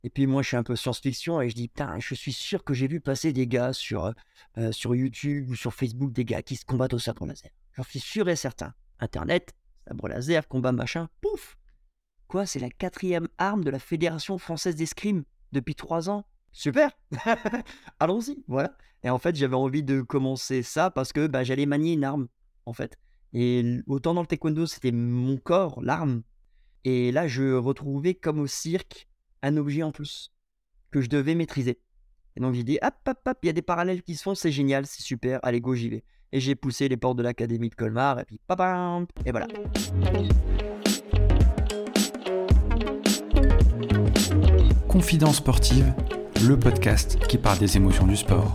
Et puis moi, je suis un peu science-fiction et je dis, putain, je suis sûr que j'ai vu passer des gars sur YouTube ou sur Facebook, des gars qui se combattent au sabre laser. J'en suis sûr et certain. Internet, sabre laser, combat machin, pouf. Quoi, c'est la 4e arme de la Fédération française d'escrime depuis 3 ans. Super. Allons-y, voilà. Et en fait, j'avais envie de commencer ça parce que j'allais manier une arme, en fait. Et autant dans le taekwondo, c'était mon corps, l'arme. Et là, je retrouvais comme au cirque un objet en plus que je devais maîtriser. Et donc j'ai dit, hop, hop, hop, il y a des parallèles qui se font, c'est génial, c'est super, allez go, j'y vais. Et j'ai poussé les portes de l'académie de Colmar, et puis papam, et voilà. Confidence sportive, le podcast qui parle des émotions du sport.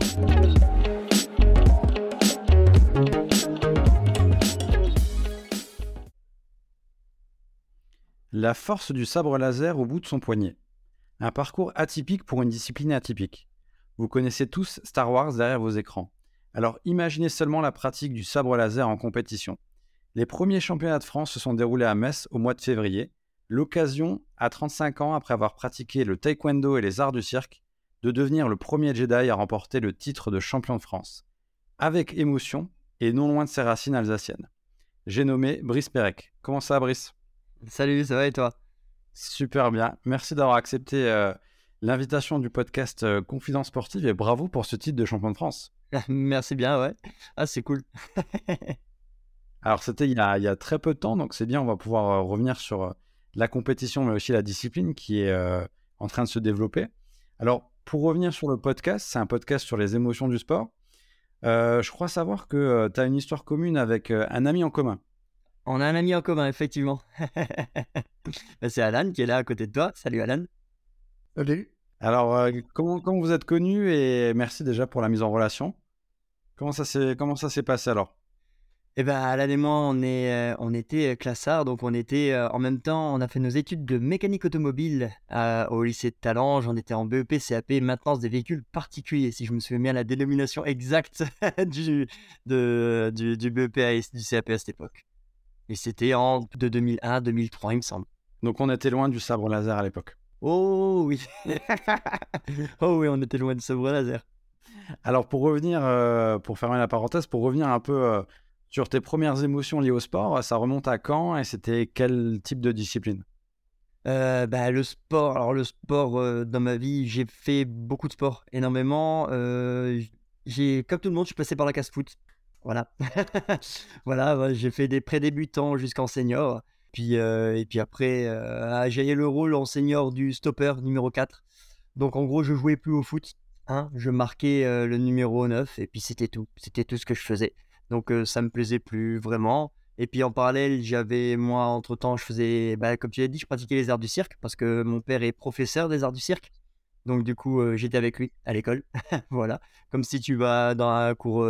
La force du sabre laser au bout de son poignet. Un parcours atypique pour une discipline atypique. Vous connaissez tous Star Wars derrière vos écrans. Alors imaginez seulement la pratique du sabre laser en compétition. Les premiers championnats de France se sont déroulés à Metz au mois de février. L'occasion, à 35 ans après avoir pratiqué le taekwondo et les arts du cirque, de devenir le premier Jedi à remporter le titre de champion de France. Avec émotion et non loin de ses racines alsaciennes. J'ai nommé Brice Pérec. Comment ça, Brice ? Salut, ça va et toi ? Super bien. Merci d'avoir accepté l'invitation du podcast Confidence sportive et bravo pour ce titre de champion de France. Merci bien, ouais. Ah, c'est cool. Alors, c'était il y a très peu de temps, donc c'est bien, on va pouvoir revenir sur la compétition, mais aussi la discipline qui est en train de se développer. Alors, pour revenir sur le podcast, c'est un podcast sur les émotions du sport. Je crois savoir que tu as une histoire commune avec un ami en commun. On a un ami en commun, effectivement. C'est Alan qui est là à côté de toi. Salut Alan. Salut. Alors, comment vous êtes connus et merci déjà pour la mise en relation. Comment ça s'est passé alors ? Eh ben, Alan et moi, on était classards, donc on était en même temps, on a fait nos études de mécanique automobile au lycée de Talange, on était en BEP, CAP, maintenance des véhicules particuliers, si je me souviens bien la dénomination exacte du BEP et du CAP à cette époque. Et c'était de 2001 2003, il me semble. Donc on était loin du sabre laser à l'époque. Oh oui. Oh oui, on était loin de sabre laser. Alors pour revenir, pour fermer la parenthèse, pour revenir un peu sur tes premières émotions liées au sport, ça remonte à quand et c'était quel type de discipline ? Le sport, dans ma vie, j'ai fait beaucoup de sport, énormément. Comme tout le monde, je suis passé par la casse-foot. Voilà. Voilà, ouais, j'ai fait des pré-débutants jusqu'en senior. Et puis après, j'ai eu le rôle en senior du stopper numéro 4. Donc en gros, je jouais plus au foot. Hein, je marquais le numéro 9 et puis c'était tout. C'était tout ce que je faisais. Donc ça me plaisait plus vraiment. Et puis en parallèle, moi, entre-temps, je faisais, comme tu l'as dit, je pratiquais les arts du cirque parce que mon père est professeur des arts du cirque. Donc du coup, j'étais avec lui à l'école. Voilà. Comme si tu vas dans un cours,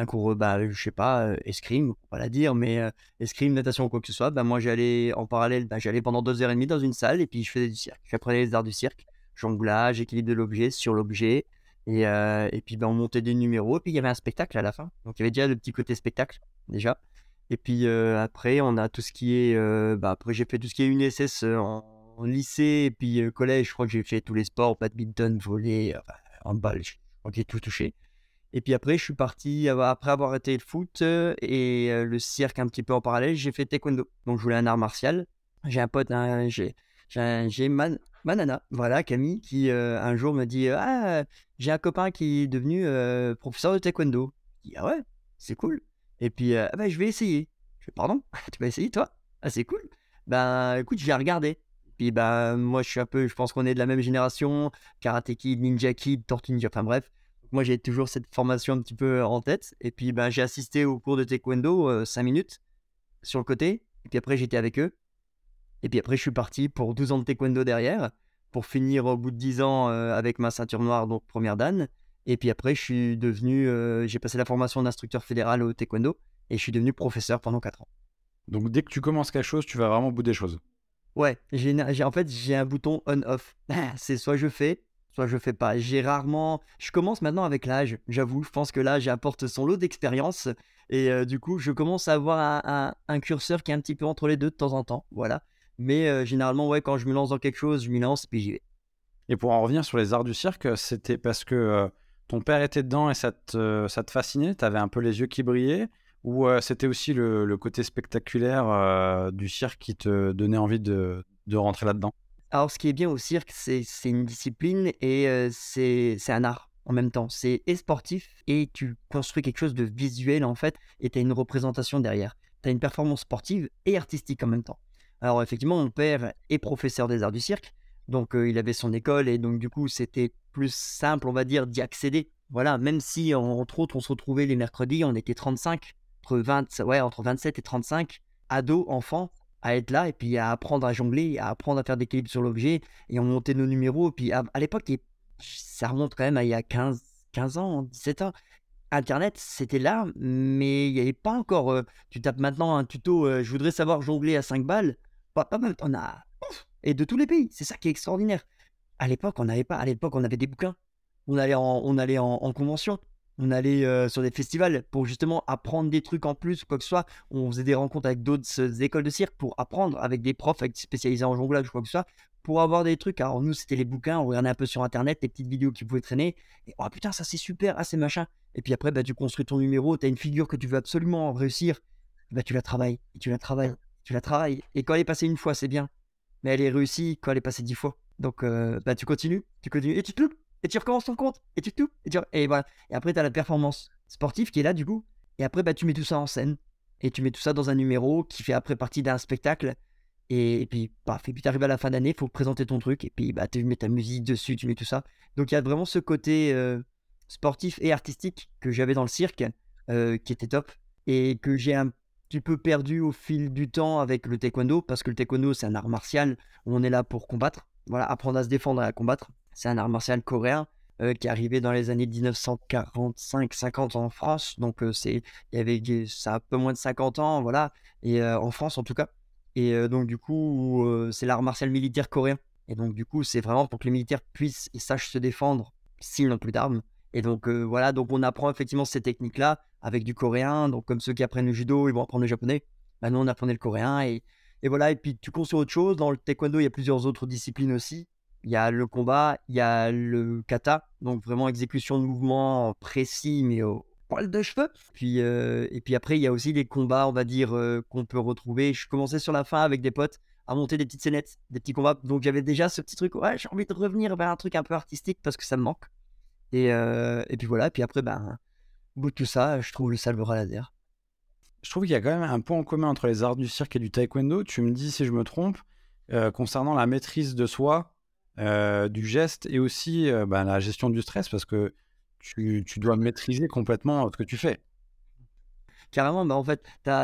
je sais pas, escrime, on va la dire, mais escrime, natation ou quoi que ce soit. Moi, j'allais en parallèle, j'allais pendant 2 heures et demie dans une salle et puis je faisais du cirque. J'apprenais les arts du cirque, jonglage, équilibre de l'objet sur l'objet. Et puis, on montait des numéros et puis il y avait un spectacle à la fin. Donc il y avait déjà le petit côté spectacle, déjà. Et puis après, on a tout ce qui est... après, j'ai fait tout ce qui est UNSS en lycée et puis collège. Je crois que j'ai fait tous les sports, badminton, volley, handball, je crois que j'ai tout touché. Et puis après, je suis parti, après avoir arrêté le foot et le cirque un petit peu en parallèle, j'ai fait taekwondo. Donc je voulais un art martial. J'ai un pote, j'ai Manana, voilà, Camille, qui un jour me dit j'ai un copain qui est devenu professeur de taekwondo. Je dis ah ouais, c'est cool. Et puis je vais essayer. Je fais pardon, tu vas essayer toi? Ah c'est cool. Écoute, j'ai regardé. Puis moi je pense qu'on est de la même génération, Karate Kid, Ninja Kid, Tortue Ninja, enfin bref. Moi j'ai toujours cette formation un petit peu en tête. Et puis j'ai assisté au cours de taekwondo 5 minutes sur le côté. Et puis après j'étais avec eux. Et puis après, je suis parti pour 12 ans de taekwondo derrière, pour finir au bout de 10 ans avec ma ceinture noire, donc première dan. Et puis après, j'ai passé la formation d'instructeur fédéral au taekwondo et je suis devenu professeur pendant 4 ans. Donc dès que tu commences quelque chose, tu vas vraiment au bout des choses. Ouais, en fait, j'ai un bouton on-off. C'est soit je fais pas. Je commence maintenant avec l'âge, j'avoue. Je pense que l'âge apporte son lot d'expérience. Et du coup, je commence à avoir un curseur qui est un petit peu entre les deux de temps en temps. Voilà. Mais généralement, ouais, quand je me lance dans quelque chose, je m'y lance et puis j'y vais. Et pour en revenir sur les arts du cirque, c'était parce que ton père était dedans et ça te fascinait? Tu avais un peu les yeux qui brillaient? Ou c'était aussi le côté spectaculaire du cirque qui te donnait envie de rentrer là-dedans? Alors, ce qui est bien au cirque, c'est une discipline et c'est un art en même temps. C'est et sportif et tu construis quelque chose de visuel, en fait, et tu as une représentation derrière. Tu as une performance sportive et artistique en même temps. Alors, effectivement, mon père est professeur des arts du cirque, donc il avait son école et donc du coup, c'était plus simple, on va dire, d'y accéder. Voilà, même si, entre autres, on se retrouvait les mercredis, on était 35, entre 27 et 35 ados, enfants, à être là et puis à apprendre à jongler, à apprendre à faire des équilibres sur l'objet et on montait nos numéros. Puis à l'époque, ça remonte quand même à il y a 15 ans, 17 ans. Internet, c'était là, mais il n'y avait pas encore. Tu tapes maintenant un tuto, je voudrais savoir jongler à 5 balles. Pas mal, on a. Et de tous les pays, c'est ça qui est extraordinaire. À l'époque, on n'avait pas. À l'époque, on avait des bouquins. On allait en convention. On allait sur des festivals pour justement apprendre des trucs en plus, quoi que ce soit. On faisait des rencontres avec d'autres écoles de cirque pour apprendre avec des profs spécialisés en jonglage, quoi que ce soit, pour avoir des trucs. Alors nous, c'était les bouquins, on regardait un peu sur Internet, les petites vidéos qui pouvaient traîner. Et oh putain, ça c'est super, ah c'est machin. Et puis après, bah, tu construis ton numéro, tu as une figure que tu veux absolument réussir. Bah, tu la travailles, et tu la travailles, tu la travailles. Et quand elle est passée une fois, c'est bien. Mais elle est réussie quand elle est passée 10 fois. Donc, bah, tu continues, et tu te loupes, et tu recommences ton compte, et tu te loupes, et voilà. Et après, tu as la performance sportive qui est là, du coup. Et après, bah, tu mets tout ça en scène. Et tu mets tout ça dans un numéro qui fait après partie d'un spectacle. Et puis, paf, et puis tu arrives à la fin d'année, il faut présenter ton truc. Et puis, bah, tu mets ta musique dessus, tu mets tout ça. Donc, il y a vraiment ce côté sportif et artistique que j'avais dans le cirque, qui était top. Et que j'ai un petit peu perdu au fil du temps avec le taekwondo. Parce que le taekwondo, c'est un art martial où on est là pour combattre. Voilà, apprendre à se défendre et à combattre. C'est un art martial coréen qui est arrivé dans les années 1945-50 en France. Donc, ça a un peu moins de 50 ans, voilà. Et en France, en tout cas. Et donc, du coup, c'est l'art martial militaire coréen. Et donc, du coup, c'est vraiment pour que les militaires puissent et sachent se défendre s'ils n'ont plus d'armes. Et donc, voilà, donc on apprend effectivement ces techniques-là avec du coréen. Donc, comme ceux qui apprennent le judo, ils vont apprendre le japonais. Bah, nous, on apprenait le coréen. Et voilà, et puis tu construis autre chose. Dans le taekwondo, il y a plusieurs autres disciplines aussi. Il y a le combat, il y a le kata, donc vraiment exécution de mouvements précis, mais au poil de cheveux. Et puis après, il y a aussi les combats, on va dire, qu'on peut retrouver. Je commençais sur la fin avec des potes à monter des petites scénettes, des petits combats. Donc j'avais déjà ce petit truc, ouais, j'ai envie de revenir vers un truc un peu artistique parce que ça me manque. Et puis voilà, et puis après, ben, au bout de tout ça, je trouve le sabre laser. Je trouve qu'il y a quand même un point en commun entre les arts du cirque et du taekwondo. Tu me dis si je me trompe, concernant la maîtrise de soi, du geste et aussi ben, la gestion du stress parce que tu dois maîtriser complètement ce que tu fais. Carrément, bah, en fait,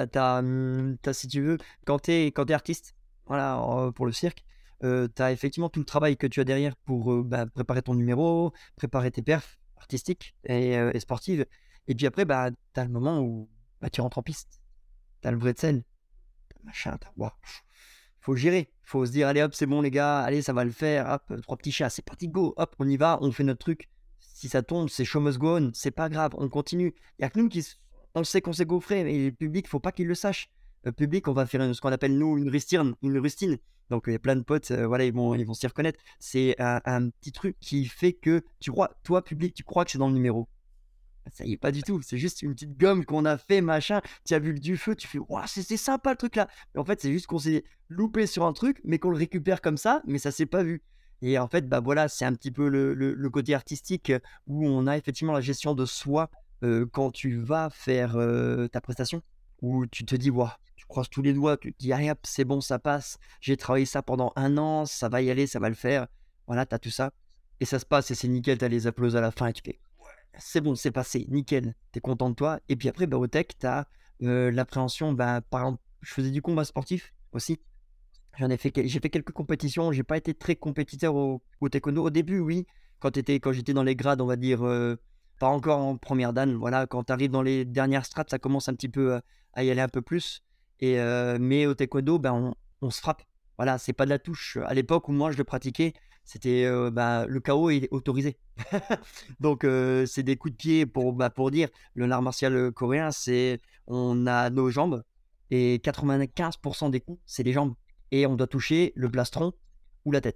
si tu veux, quand t'es artiste, voilà, pour le cirque, tu as effectivement tout le travail que tu as derrière pour, bah, préparer ton numéro, préparer tes perfs artistiques et sportives. Et puis après, bah, tu as le moment où, bah, tu rentres en piste. Tu as le vrai de scène, machin, waouh, faut gérer. Faut se dire: «Allez hop, c'est bon les gars, allez ça va le faire, hop, 3 petits chats, c'est parti, go, hop, on y va, on fait notre truc». Si ça tombe, c'est show must go on, c'est pas grave, on continue. Il y a que nous on sait qu'on s'est gaufré, mais le public, faut pas qu'il le sache. Le public, on va faire ce qu'on appelle nous une rustine. Donc il y a plein de potes, voilà, ils vont s'y reconnaître. C'est un petit truc qui fait que toi public, tu crois que c'est dans le numéro. Ça y est pas du tout, c'est juste une petite gomme qu'on a fait, machin. Tu as vu du feu, tu fais: «Waouh, c'est sympa le truc là». Mais en fait, c'est juste qu'on s'est loupé sur un truc, mais qu'on le récupère comme ça, mais ça s'est pas vu. Et en fait, bah, voilà, c'est un petit peu le côté artistique, où on a effectivement la gestion de soi, quand tu vas faire, ta prestation, où tu te dis: «Waouh», tu croises tous les doigts, tu te dis: «Allez hop, c'est bon, ça passe. J'ai travaillé ça pendant un an, ça va y aller, ça va le faire». Voilà, tu as tout ça et ça se passe et c'est nickel, tu as les applaudissements à la fin et tu fais: c'est bon, c'est passé, nickel, tu es content de toi. Et puis après, bah, au tech, tu as l'appréhension. Bah, par exemple, je faisais du combat sportif aussi. J'ai fait quelques compétitions. J'ai pas été très compétiteur au taekwondo. Au début, oui, quand j'étais dans les grades, on va dire, pas encore en première dan. Voilà, quand tu arrives dans les dernières strates, ça commence un petit peu à y aller un peu plus. Mais au taekwondo, ben, on se frappe. Voilà, c'est pas de la touche. À l'époque où moi je le pratiquais, c'était bah, le KO est autorisé. Donc, c'est des coups de pied pour dire, le art martial, coréen, c'est on a nos jambes et 95 des coups, c'est les jambes et on doit toucher le plastron ou la tête.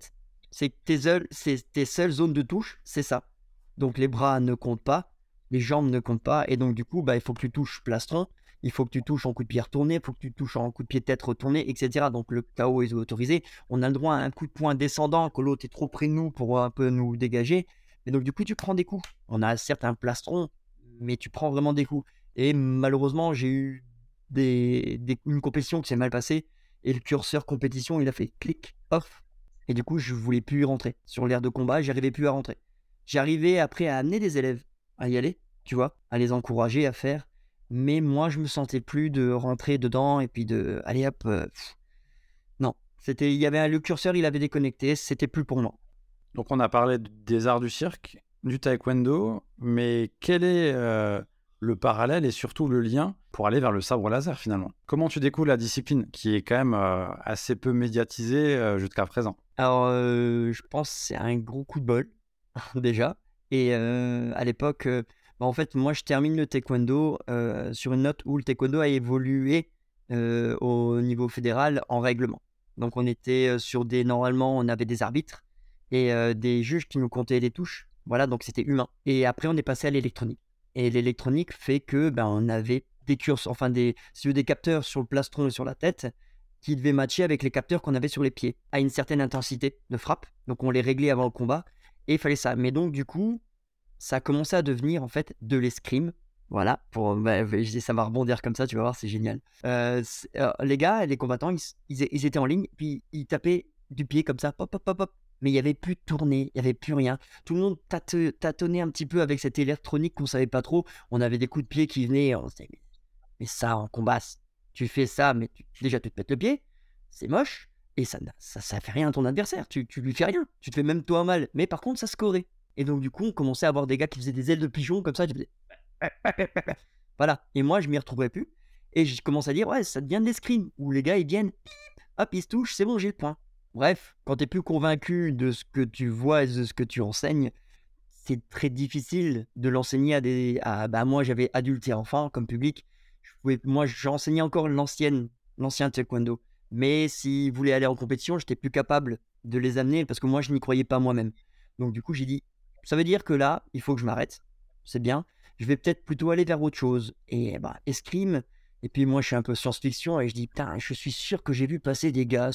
C'est que tes seules zones de touche, c'est ça. Donc les bras ne comptent pas, les jambes ne comptent pas, et donc du coup, il faut que tu touches plastron, il faut que tu touches en coup de pied retourné, il faut que tu touches en coup de pied tête retourné, etc. Donc le KO est autorisé. On a le droit à un coup de poing descendant, que l'autre est trop près de nous pour un peu nous dégager. Et donc du coup, tu prends des coups. On a certes un plastron, mais tu prends vraiment des coups. Et malheureusement, j'ai eu une compétition qui s'est mal passée, et le curseur compétition, il a fait clic, off. Et du coup, je voulais plus y rentrer. Sur l'aire de combat, j'arrivais plus à rentrer. J'arrivais après à amener des élèves à y aller, tu vois, à les encourager à faire. Mais moi, je me sentais plus de rentrer dedans et puis de allez hop. Non, il y avait le curseur, il avait déconnecté, c'était plus pour moi. Donc on a parlé des arts du cirque, du taekwondo, mais quel est le parallèle et surtout le lien pour aller vers le sabre laser finalement? Comment tu découvres la discipline qui est quand même assez peu médiatisée jusqu'à présent? Alors, je pense que c'est un gros coup de bol, déjà. Et à l'époque, en fait, moi, je termine le taekwondo sur une note où le taekwondo a évolué au niveau fédéral en règlement. Donc, on était normalement, on avait des arbitres et des juges qui nous comptaient les touches. Voilà, donc c'était humain. Et après, on est passé à l'électronique. Et l'électronique fait que on avait des curseurs, enfin si tu veux, des capteurs sur le plastron et sur la tête qui devaient matcher avec les capteurs qu'on avait sur les pieds à une certaine intensité de frappe. Donc on les réglait avant le combat et il fallait ça. Mais donc du coup, ça a commencé à devenir en fait de l'escrime. Voilà, ça va rebondir comme ça, tu vas voir, c'est génial. Les gars, les combattants, ils étaient en ligne, puis ils tapaient du pied comme ça, pop, pop, pop, pop. Mais il n'y avait plus de tournée, il n'y avait plus rien. Tout le monde tâtonnait un petit peu avec cette électronique qu'on ne savait pas trop. On avait des coups de pied qui venaient, on se disait, mais ça en combat, tu fais ça, mais déjà tu te pètes le pied, c'est moche, et ça fait rien à ton adversaire, tu lui fais rien, tu te fais même toi mal, mais par contre ça scorait. Et donc du coup on commençait à avoir des gars qui faisaient des ailes de pigeon comme ça, voilà, et moi je m'y retrouvais plus, et je commence à dire ouais ça devient de l'escrime, où les gars ils viennent, hop ils se touchent, c'est bon j'ai le point. Bref, quand t'es plus convaincu de ce que tu vois et de ce que tu enseignes, c'est très difficile de l'enseigner moi j'avais adultes et enfants comme public. Moi j'enseignais encore l'ancien taekwondo. Mais s'ils voulaient aller en compétition, j'étais plus capable de les amener parce que moi je n'y croyais pas moi-même. Donc du coup j'ai dit, ça veut dire que là, il faut que je m'arrête. C'est bien. Je vais peut-être plutôt aller vers autre chose. Et escrime. Et puis moi je suis un peu science-fiction et je dis, putain, je suis sûr que j'ai vu passer des gars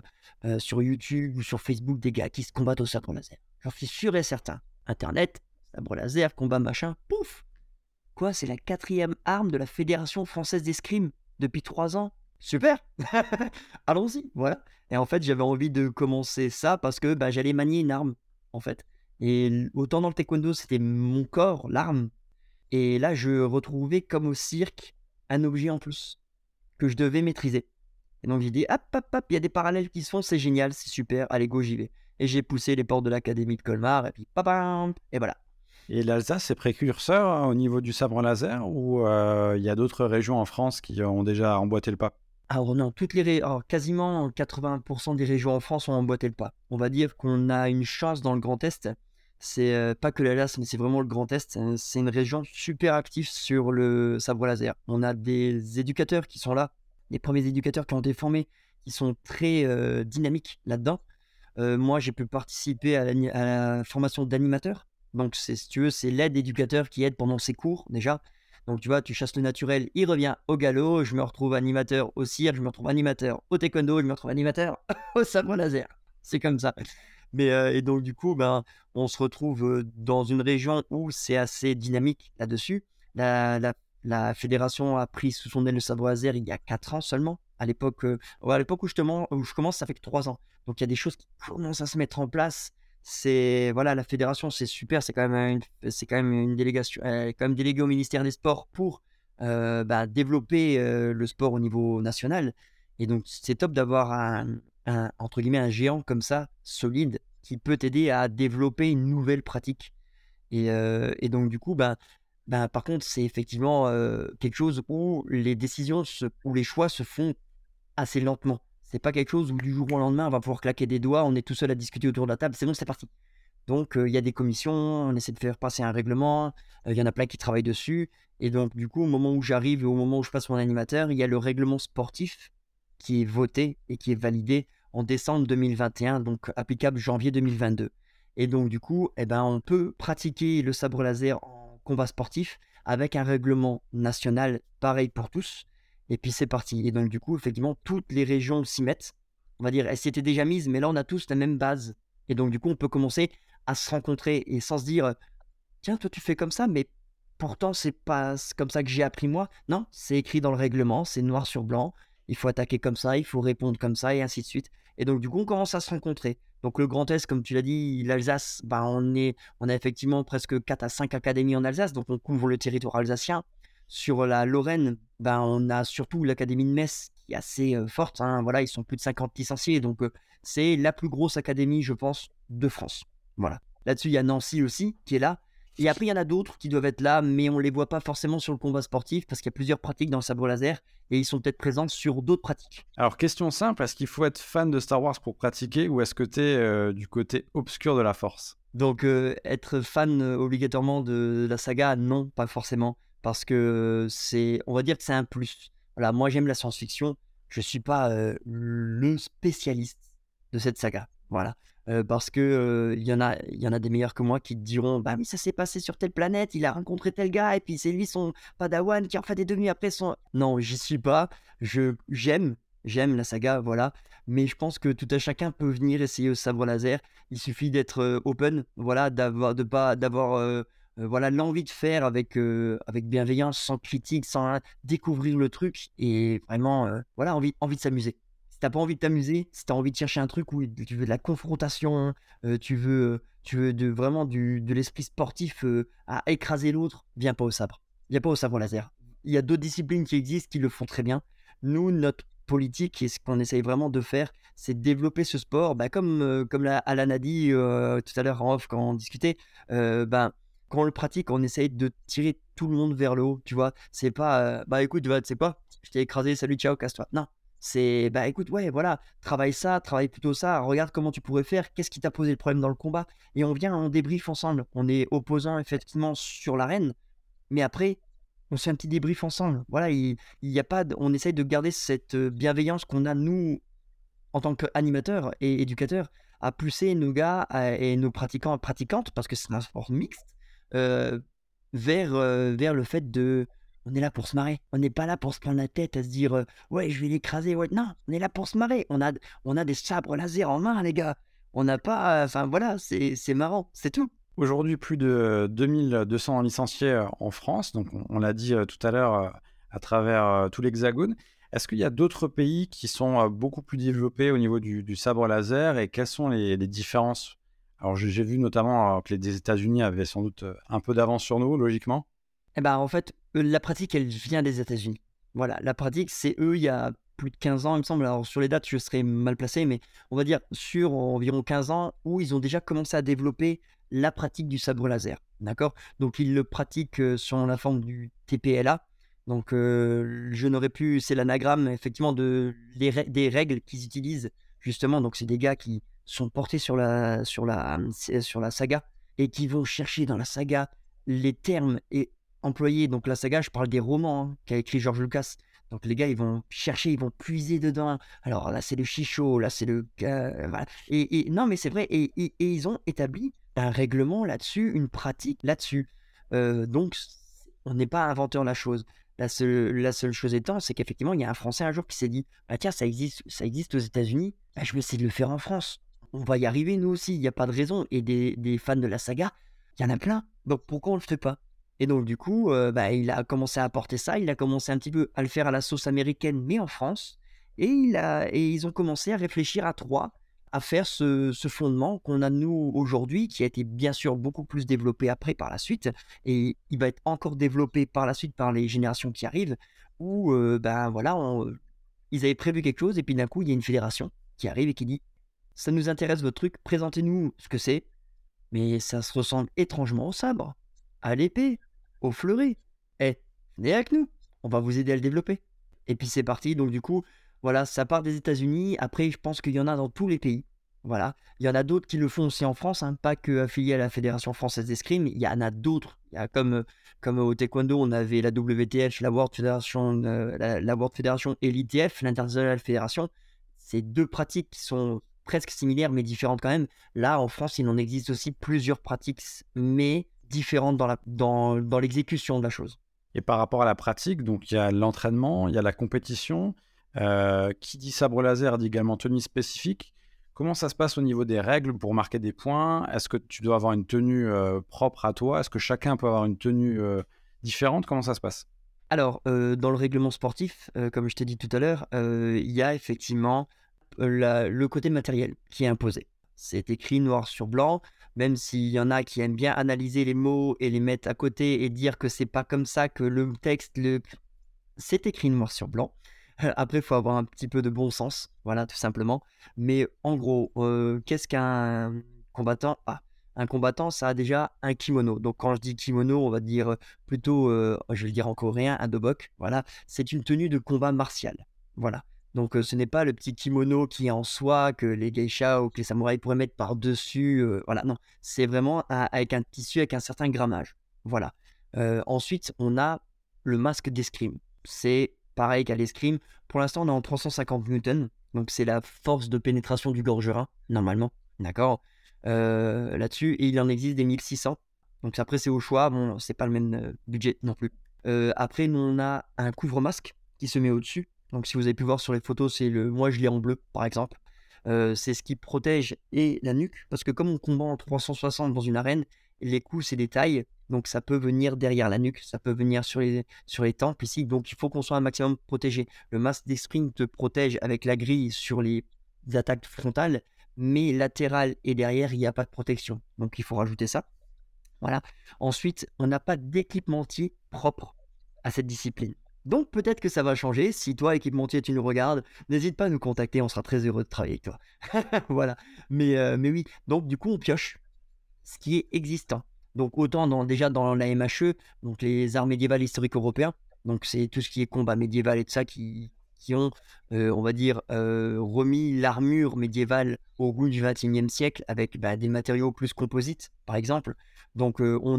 sur YouTube ou sur Facebook, des gars qui se combattent au sabre laser. J'en suis sûr et certain. Internet, sabre laser, combat machin, pouf. Quoi, c'est la 4e arme de la Fédération française d'escrime depuis 3 ans. Super. Allons-y, voilà. Et en fait, j'avais envie de commencer ça parce que j'allais manier une arme, en fait. Et autant dans le taekwondo, c'était mon corps, l'arme. Et là, je retrouvais comme au cirque un objet en plus que je devais maîtriser. Et donc j'ai dit, hop, hop, hop, il y a des parallèles qui se font, c'est génial, c'est super, allez go, j'y vais. Et j'ai poussé les portes de l'académie de Colmar, et puis papam, et voilà. Et l'Alsace est précurseur au niveau du sabre laser ou il y a d'autres régions en France qui ont déjà emboîté le pas? Alors non, quasiment 80% des régions en France ont emboîté le pas. On va dire qu'on a une chance dans le Grand Est. C'est pas que l'Alsace, mais c'est vraiment le Grand Est. C'est une région super active sur le sabre laser. On a des éducateurs qui sont là, les premiers éducateurs qui ont été formés, qui sont très dynamiques là-dedans. Moi, j'ai pu participer à la formation d'animateur. Donc, si tu veux, c'est l'aide éducateur qui aide pendant ses cours déjà. Donc, tu vois, tu chasses le naturel, il revient au galop. Je me retrouve animateur au cirque, je me retrouve animateur au taekwondo, je me retrouve animateur au sabre laser. C'est comme ça. Mais, et donc, du coup, on se retrouve dans une région où c'est assez dynamique là-dessus. La fédération a pris sous son aile le sabre laser il y a 4 ans seulement. À l'époque où je commence, ça fait que 3 ans. Donc il y a des choses qui commencent à se mettre en place. C'est voilà, la fédération, c'est super. C'est quand même une délégation, elle est quand même déléguée au ministère des Sports pour développer le sport au niveau national. Et donc c'est top d'avoir entre guillemets un géant comme ça, solide, qui peut t'aider à développer une nouvelle pratique. Et donc du coup, par contre, c'est effectivement quelque chose où les décisions où les choix se font assez lentement. C'est pas quelque chose où du jour au lendemain, on va pouvoir claquer des doigts, on est tout seul à discuter autour de la table, c'est bon, c'est parti. Donc, il y a des commissions, on essaie de faire passer un règlement, il y en a plein qui travaillent dessus. Et donc, du coup, au moment où j'arrive et au moment où je passe mon animateur, il y a le règlement sportif qui est voté et qui est validé en décembre 2021, donc applicable janvier 2022. Et donc du coup, on peut pratiquer le sabre laser en combat sportif avec un règlement national pareil pour tous. Et puis c'est parti. Et donc du coup, effectivement, toutes les régions s'y mettent. On va dire, elles s'y étaient déjà mises, mais là on a tous la même base. Et donc du coup, on peut commencer à se rencontrer et sans se dire, tiens, toi tu fais comme ça, mais pourtant c'est pas comme ça que j'ai appris moi. Non, c'est écrit dans le règlement, c'est noir sur blanc. Il faut attaquer comme ça, il faut répondre comme ça, et ainsi de suite. Et donc du coup, on commence à se rencontrer. Donc le Grand Est, comme tu l'as dit, l'Alsace, on a effectivement presque 4 à 5 académies en Alsace, donc on couvre le territoire alsacien. Sur la Lorraine, on a surtout l'académie de Metz qui est assez forte, hein. Voilà, ils sont plus de 50 licenciés, donc c'est la plus grosse académie, je pense, de France. Voilà. Là-dessus, il y a Nancy aussi qui est là. Et après, il y en a d'autres qui doivent être là, mais on ne les voit pas forcément sur le combat sportif parce qu'il y a plusieurs pratiques dans le sabre laser et ils sont peut-être présents sur d'autres pratiques. Alors, question simple, est-ce qu'il faut être fan de Star Wars pour pratiquer ou est-ce que tu es du côté obscur de la force? Donc, être fan obligatoirement de la saga, non, pas forcément. Parce que on va dire que c'est un plus. Voilà, moi j'aime la science-fiction. Je ne suis pas le spécialiste de cette saga. Voilà. Parce que il y en a des meilleurs que moi qui te diront, bah oui, ça s'est passé sur telle planète, il a rencontré tel gars, et puis c'est lui son padawan qui en fait est devenu après son. Non, j'y suis pas. J'aime la saga, voilà. Mais je pense que tout à chacun peut venir essayer au sabre laser. Il suffit d'être open, voilà, voilà, l'envie de faire avec bienveillance, sans critique, sans découvrir le truc et vraiment, voilà, envie de s'amuser. Si t'as pas envie de t'amuser, si tu as envie de chercher un truc où tu veux de la confrontation, tu veux vraiment de l'esprit sportif à écraser l'autre, viens pas au sabre. Viens pas au sabre laser. Il y a d'autres disciplines qui existent qui le font très bien. Nous, notre politique et ce qu'on essaye vraiment de faire, c'est de développer ce sport, comme Alan a dit tout à l'heure en off quand on discutait, quand on le pratique, on essaye de tirer tout le monde vers le haut, tu vois. C'est pas, écoute, tu sais quoi, je t'ai écrasé, salut, ciao, casse-toi. Non, c'est, écoute, ouais, voilà, travaille plutôt ça, regarde comment tu pourrais faire, qu'est-ce qui t'a posé le problème dans le combat, et on débriefe ensemble. On est opposants effectivement sur l'arène, mais après, on se fait un petit débrief ensemble. Voilà, il y a pas on essaye de garder cette bienveillance qu'on a, nous, en tant qu'animateurs et éducateurs, à pousser nos gars et nos pratiquants, pratiquantes, parce que c'est un sport mixte, euh, vers le fait de. On est là pour se marrer. On n'est pas là pour se prendre la tête à se dire ouais, je vais l'écraser. Ouais. Non, on est là pour se marrer. On a des sabres laser en main, les gars. On n'a pas. Enfin, voilà, c'est marrant, c'est tout. Aujourd'hui, plus de 2200 licenciés en France, donc on l'a dit tout à l'heure à travers tout l'Hexagone. Est-ce qu'il y a d'autres pays qui sont beaucoup plus développés au niveau du sabre laser et quelles sont les différences? Alors j'ai vu notamment que les États-Unis avaient sans doute un peu d'avance sur nous, logiquement. Eh ben, en fait, la pratique, elle vient des États-Unis. Voilà, la pratique, c'est eux, il y a plus de 15 ans, il me semble. Alors, sur les dates, je serais mal placé, mais on va dire sur environ 15 ans, où ils ont déjà commencé à développer la pratique du sabre laser. D'accord. Donc, ils le pratiquent sur la forme du TPLA. Donc, je n'aurais pu, c'est l'anagramme, effectivement, des règles qu'ils utilisent, justement. Donc, c'est des gars qui sont portés sur la saga et qui vont chercher dans la saga les termes et employés. Donc la saga, je parle des romans qu'a écrit George Lucas. Donc les gars, ils vont chercher, ils vont puiser dedans. Alors là, c'est le chichot, là, c'est le... voilà. Et non, mais c'est vrai. Et ils ont établi un règlement là-dessus, une pratique là-dessus. Donc, on n'est pas inventeur de la chose. La seule chose étant, c'est qu'effectivement, il y a un Français un jour qui s'est dit, ah tiens, ça existe aux États-Unis, je vais essayer de le faire en France. On va y arriver, nous aussi, il n'y a pas de raison. Et des fans de la saga, il y en a plein. Donc pourquoi on ne le fait pas? Et donc du coup, il a commencé à apporter ça, il a commencé un petit peu à le faire à la sauce américaine, mais en France. Et ils ont commencé à réfléchir à trois, à faire ce fondement qu'on a nous aujourd'hui, qui a été bien sûr beaucoup plus développé après par la suite, et il va être encore développé par la suite par les générations qui arrivent, où voilà, ils avaient prévu quelque chose, et puis d'un coup, il y a une fédération qui arrive et qui dit, ça nous intéresse votre truc, présentez-nous ce que c'est, mais ça se ressemble étrangement au sabre, à l'épée, au fleuret. Eh, venez avec nous, on va vous aider à le développer. Et puis c'est parti, donc du coup, voilà, ça part des États-Unis. Après, je pense qu'il y en a dans tous les pays. Voilà, il y en a d'autres qui le font aussi en France, pas que affiliés à la Fédération Française d'Escrime. Il y en a d'autres. Il y a comme au Taekwondo, on avait la WTF, la World Federation, la World Federation et l'ITF, l'International Fédération. c'est 2 pratiques qui sont presque similaires, mais différentes quand même. Là, en France, il en existe aussi plusieurs pratiques, mais différentes dans l'exécution de la chose. Et par rapport à la pratique, donc il y a l'entraînement, il y a la compétition. Qui dit sabre laser dit également tenue spécifique. Comment ça se passe au niveau des règles pour marquer des points? Est-ce que tu dois avoir une tenue propre à toi? Est-ce que chacun peut avoir une tenue différente? Comment ça se passe? Alors, dans le règlement sportif, comme je t'ai dit tout à l'heure, il y a effectivement, le côté matériel qui est imposé. C'est écrit noir sur blanc, même s'il y en a qui aiment bien analyser les mots et les mettre à côté et dire que c'est pas comme ça que le texte c'est écrit noir sur blanc. Après, il faut avoir un petit peu de bon sens, voilà, tout simplement. Mais en gros, qu'est-ce qu'un combattant a? Un combattant, ça a déjà un kimono. Donc, quand je dis kimono, on va dire plutôt, je vais le dire en coréen, un dobok. Voilà, c'est une tenue de combat martial. Voilà. Donc, ce n'est pas le petit kimono qui est en soie que les geishas ou que les samouraïs pourraient mettre par-dessus. Voilà, non, c'est vraiment avec un tissu avec un certain grammage. Voilà. Ensuite, on a le masque d'escrime. C'est pareil qu'à l'escrime. Pour l'instant, on est en 350 newtons. Donc, c'est la force de pénétration du gorgerin, normalement. D'accord. Là-dessus. Et il en existe des 1600. Donc, après, c'est au choix. Bon, c'est pas le même budget non plus. Après, nous, on a un couvre-masque qui se met au-dessus. Donc, si vous avez pu voir sur les photos, c'est moi, je l'ai en bleu, par exemple. C'est ce qui protège et la nuque. Parce que comme on combat en 360 dans une arène, les coups, c'est des tailles. Donc, ça peut venir derrière la nuque, ça peut venir sur les tempes ici. Donc, il faut qu'on soit un maximum protégé. Le masque d'escrime te protège avec la grille sur les attaques frontales, mais latérales et derrière, il n'y a pas de protection. Donc, il faut rajouter ça. Voilà. Ensuite, on n'a pas d'équipementier propre à cette discipline. Donc, peut-être que ça va changer. Si toi, équipementier, tu nous regardes, n'hésite pas à nous contacter. On sera très heureux de travailler avec toi. Voilà. Mais oui. Donc, du coup, on pioche ce qui est existant. Donc autant déjà dans la MHE, donc les arts médiévales historiques européens, donc c'est tout ce qui est combat médiéval et tout ça qui ont, on va dire, remis l'armure médiévale au goût du XXIe siècle avec des matériaux plus composites, par exemple. Donc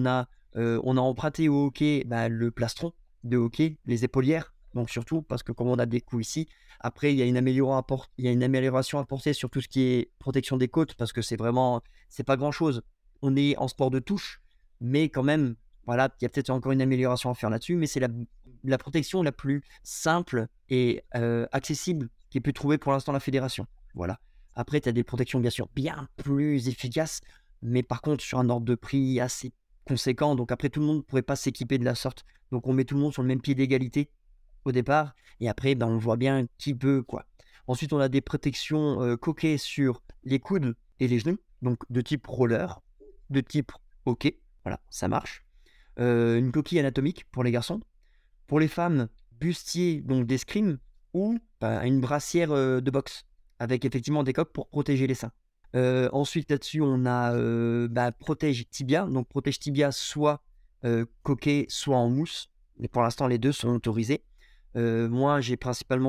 on a emprunté au hockey le plastron de hockey, les épaulières, donc surtout parce que comme on a des coups ici, après il y a une amélioration apportée sur tout ce qui est protection des côtes parce que c'est pas grand-chose. On est en sport de touche, mais quand même, voilà, il y a peut-être encore une amélioration à faire là-dessus, mais c'est la protection la plus simple et accessible qui pu trouver pour l'instant la fédération. Voilà. Après, tu as des protections bien sûr bien plus efficaces, mais par contre sur un ordre de prix assez conséquent. Donc après, tout le monde ne pourrait pas s'équiper de la sorte. Donc on met tout le monde sur le même pied d'égalité au départ, et après, on voit bien qui peut, quoi. Ensuite, on a des protections coquées sur les coudes et les genoux, donc de type roller, de type hockey, voilà, ça marche. Une coquille anatomique pour les garçons. Pour les femmes, bustier, donc d'escrime, ou une brassière de boxe, avec effectivement des coques pour protéger les seins. Ensuite, là-dessus, on a protège tibia, donc protège tibia soit coquet, soit en mousse. Mais pour l'instant, les deux sont autorisés. Moi, j'ai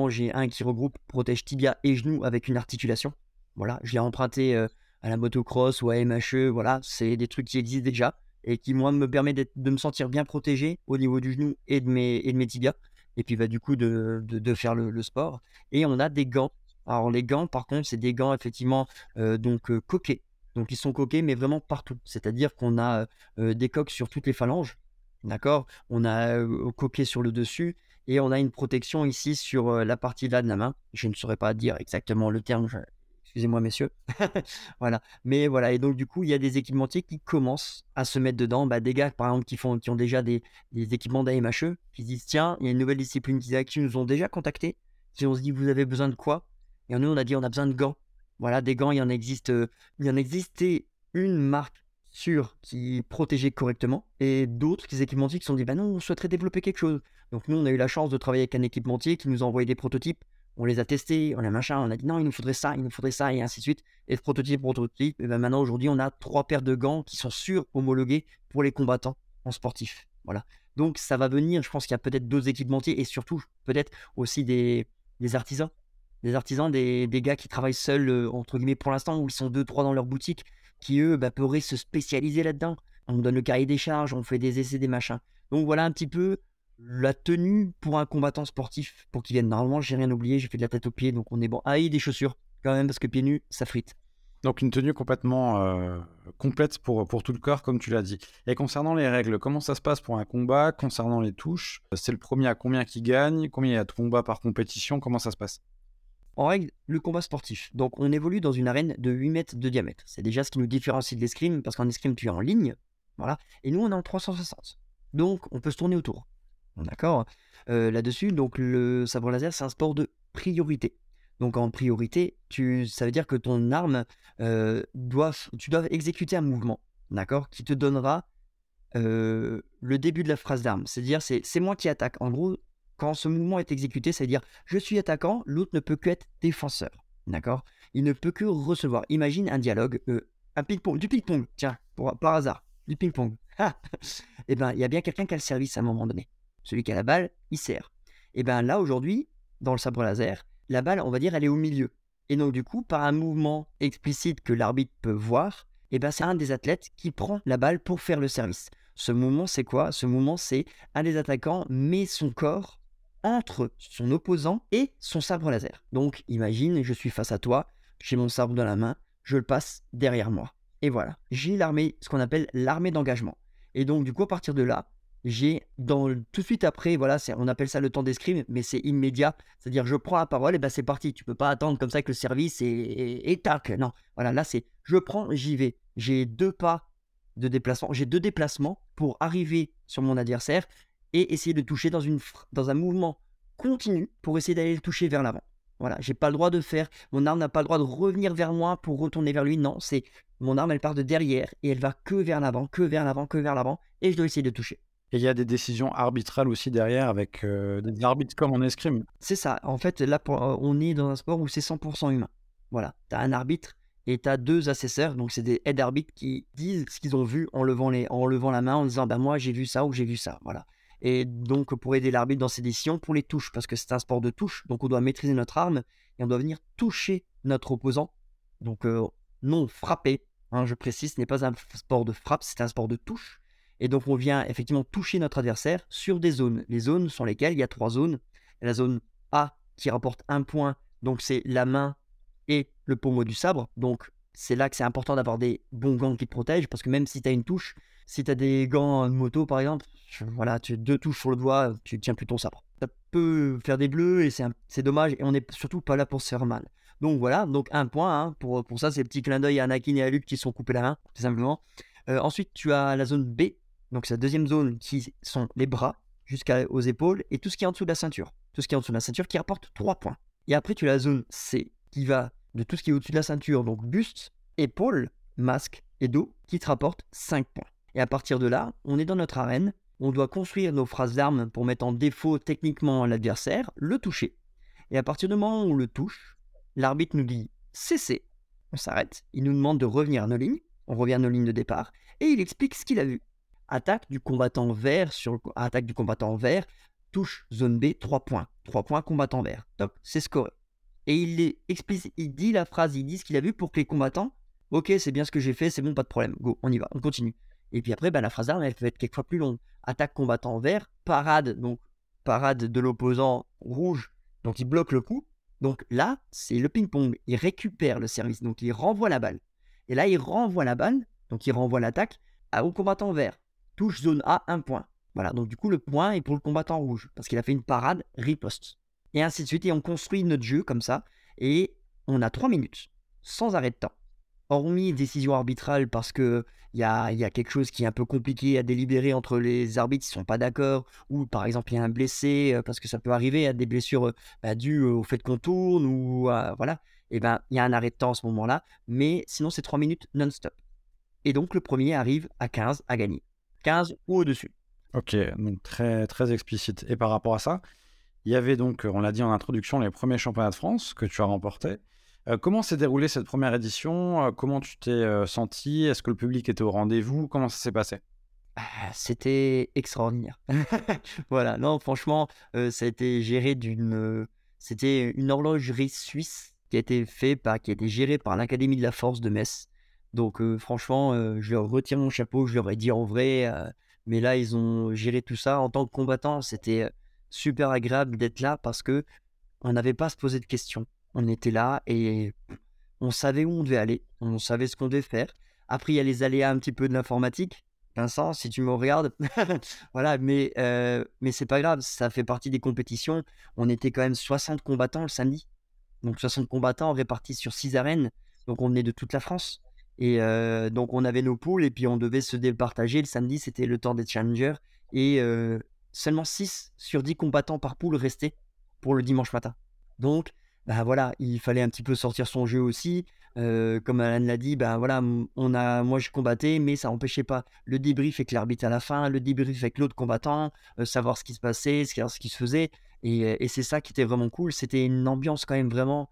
un qui regroupe protège tibia et genou avec une articulation. Voilà, je l'ai emprunté à la motocross ou à MHE. Voilà, c'est des trucs qui existent déjà et qui, moi, me permet de me sentir bien protégé au niveau du genou et de mes tibias. Et puis, du coup, de faire le sport. Et on a des gants. Alors, les gants, par contre, c'est des gants, effectivement, coqués. Donc, ils sont coqués, mais vraiment partout. C'est-à-dire qu'on a des coques sur toutes les phalanges. D'accord. On a coqué sur le dessus. Et on a une protection ici sur la partie là de la main. Je ne saurais pas dire exactement le terme. Excusez-moi, messieurs. Voilà. Mais voilà. Et donc, du coup, il y a des équipementiers qui commencent à se mettre dedans. Des gars, par exemple, qui ont déjà des équipements d'AMHE, qui se disent tiens, il y a une nouvelle discipline qui nous ont déjà contactés. Qui ont dit vous avez besoin de quoi? Et nous, on a dit on a besoin de gants. Voilà, des gants, il y en existait une marque sûre qui protégeait correctement et d'autres équipementiers qui se sont dit non, on souhaiterait développer quelque chose. Donc nous, on a eu la chance de travailler avec un équipementier qui nous a envoyé des prototypes. On les a testés, on a dit non, il nous faudrait ça, et ainsi de suite. Et de prototype, et maintenant, aujourd'hui, on a 3 paires de gants qui sont sûrs, homologués pour les combattants en sportif. Voilà. Donc ça va venir, je pense qu'il y a peut-être d'autres équipementiers et surtout, peut-être aussi des artisans. Des artisans, des gars qui travaillent seuls, entre guillemets, pour l'instant, où ils sont 2-3 dans leur boutique, qui eux pourraient se spécialiser là-dedans. On donne le cahier des charges, on fait des essais, des machins. Donc voilà un petit peu La tenue pour un combattant sportif, pour qu'il vienne. Normalement, j'ai rien oublié, j'ai fait de la tête aux pieds, donc on est bon. Ah, et des chaussures, quand même, parce que pieds nus, ça frite. Donc une tenue complètement complète pour tout le corps, comme tu l'as dit. Et concernant les règles, comment ça se passe pour un combat? Concernant les touches, c'est le premier à combien qui gagne? Combien il y a de combats par compétition? Comment ça se passe? En règle, le combat sportif. Donc, on évolue dans une arène de 8 mètres de diamètre. C'est déjà ce qui nous différencie de l'escrime, parce qu'en escrime, tu es en ligne. Voilà. Et nous, on est en 360. Donc, on peut se tourner autour. D'accord. Là-dessus, donc le sabre laser, c'est un sport de priorité. Donc, en priorité, ça veut dire que ton arme, tu dois exécuter un mouvement, d'accord, qui te donnera le début de la phrase d'arme. C'est-à-dire, c'est moi qui attaque. En gros, quand ce mouvement est exécuté, c'est-à-dire je suis attaquant, l'autre ne peut que être défenseur. D'accord. Il ne peut que recevoir. Imagine un dialogue, un ping-pong, du ping-pong, tiens, par hasard, du ping-pong. Ah. Eh bien, il y a bien quelqu'un qui a le service à un moment donné. Celui qui a la balle, il sert. Et bien là, aujourd'hui, dans le sabre laser, la balle, on va dire, elle est au milieu. Et donc, du coup, par un mouvement explicite que l'arbitre peut voir, et ben c'est un des athlètes qui prend la balle pour faire le service. Ce mouvement, c'est quoi? Ce mouvement, c'est un des attaquants met son corps entre son opposant et son sabre laser. Donc, imagine, je suis face à toi, j'ai mon sabre dans la main, je le passe derrière moi. Et voilà, j'ai l'armée, ce qu'on appelle l'armée d'engagement. Et donc, du coup, à partir de là, tout de suite après, voilà, on appelle ça le temps d'escrime, mais c'est immédiat. C'est-à-dire, je prends la parole, et ben c'est parti. Tu peux pas attendre comme ça que le service et tac. Non, voilà, là, c'est je prends, j'y vais. J'ai 2 pas de déplacement. J'ai 2 déplacements pour arriver sur mon adversaire et essayer de toucher dans un mouvement continu pour essayer d'aller le toucher vers l'avant. Voilà, j'ai pas le droit de faire. Mon arme n'a pas le droit de revenir vers moi pour retourner vers lui. Non, c'est mon arme, elle part de derrière et elle va que vers l'avant, que vers l'avant, que vers l'avant. Et je dois essayer de toucher. Et il y a des décisions arbitrales aussi derrière avec des arbitres comme en escrime. C'est ça. En fait, là, on est dans un sport où c'est 100% humain. Voilà. Tu as un arbitre et tu as 2 assesseurs. Donc, c'est des aides-arbitres qui disent ce qu'ils ont vu en levant la main, en disant bah, moi, j'ai vu ça ou j'ai vu ça. Voilà. Et donc, pour aider l'arbitre dans ses décisions, pour les touches, parce que c'est un sport de touche. Donc, on doit maîtriser notre arme et on doit venir toucher notre opposant. Donc, non frapper. Hein, je précise, ce n'est pas un sport de frappe, c'est un sport de touche. Et donc, on vient effectivement toucher notre adversaire sur des zones. Les zones sont lesquelles? Il y a 3 zones. La zone A qui rapporte 1 point, donc c'est la main et le pommeau du sabre. Donc, c'est là que c'est important d'avoir des bons gants qui te protègent, parce que même si tu as une touche, si tu as des gants de moto par exemple, voilà, tu as 2 touches sur le doigt, tu tiens plus ton sabre. Ça peut faire des bleus et c'est dommage, et on n'est surtout pas là pour se faire mal. Donc voilà, donc 1 point, hein, pour ça, c'est le petit clin d'œil à Anakin et à Luke qui se sont coupés la main, tout simplement. Ensuite, tu as la zone B, donc c'est la deuxième zone qui sont les bras jusqu'aux épaules et tout ce qui est en dessous de la ceinture. Tout ce qui est en dessous de la ceinture qui rapporte 3 points. Et après, tu as la zone C qui va de tout ce qui est au-dessus de la ceinture, donc buste, épaules, masque et dos, qui te rapporte 5 points. Et à partir de là, on est dans notre arène, on doit construire nos phrases d'armes pour mettre en défaut techniquement l'adversaire, le toucher. Et à partir du moment où on le touche, l'arbitre nous dit cessez, on s'arrête, il nous demande de revenir à nos lignes, on revient à nos lignes de départ, et il explique ce qu'il a vu. Attaque du combattant vert touche zone B, 3 points. 3 points, combattant vert. Top, c'est scoré. Et il dit la phrase, il dit ce qu'il a vu pour que les combattants, ok, c'est bien ce que j'ai fait, c'est bon, pas de problème, go, on y va, on continue. Et puis après, la phrase d'arme, elle peut être quelquefois plus longue. Attaque combattant vert, parade de l'opposant rouge, donc il bloque le coup. Donc là, c'est le ping-pong, il récupère le service, donc il renvoie la balle. Et là, il renvoie la balle, donc il renvoie l'attaque au combattant vert. Touche zone A, 1 point. Voilà, donc du coup, le point est pour le combattant rouge, parce qu'il a fait une parade, riposte. Et ainsi de suite, et on construit notre jeu comme ça, et on a 3 minutes, sans arrêt de temps. Hormis décision arbitrale, parce qu'il y a quelque chose qui est un peu compliqué à délibérer entre les arbitres qui ne sont pas d'accord, ou par exemple, il y a un blessé, parce que ça peut arriver à des blessures dues au fait qu'on tourne, ou voilà, et il y a un arrêt de temps à ce moment-là, mais sinon, c'est 3 minutes non-stop. Et donc, le premier arrive à 15 à gagner. 15 ou au-dessus. Ok, donc très, très explicite. Et par rapport à ça, il y avait donc, on l'a dit en introduction, les premiers championnats de France que tu as remportés. Comment s'est déroulée cette première édition? Comment tu t'es senti? Est-ce que le public était au rendez-vous? Comment ça s'est passé? C'était extraordinaire. Voilà, non, franchement, ça a été géré c'était une horlogerie suisse qui a été gérée par l'Académie de la Force de Metz. Donc, franchement, je leur retire mon chapeau, je leur ai dit en vrai, Mais là, ils ont géré tout ça. En tant que combattant, c'était super agréable d'être là parce que on n'avait pas à se poser de questions. On était là et on savait où on devait aller, on savait ce qu'on devait faire. Après, il y a les aléas un petit peu de l'informatique. Vincent, si tu me regardes, voilà, mais c'est pas grave, ça fait partie des compétitions. On était quand même 60 combattants le samedi. Donc 60 combattants répartis sur 6 arènes. Donc on venait de toute la France. Et donc on avait nos poules et puis on devait se départager. Le samedi, c'était le temps des challengers. Et seulement 6 sur 10 combattants par poule restaient pour le dimanche matin. Donc, bah voilà, il fallait un petit peu sortir son jeu aussi. Comme Alan l'a dit, bah voilà, moi je combattais, mais ça n'empêchait pas le débrief avec l'arbitre à la fin, le débrief avec l'autre combattant, savoir ce qui se passait, ce qui se faisait. Et c'est ça qui était vraiment cool. C'était une ambiance quand même vraiment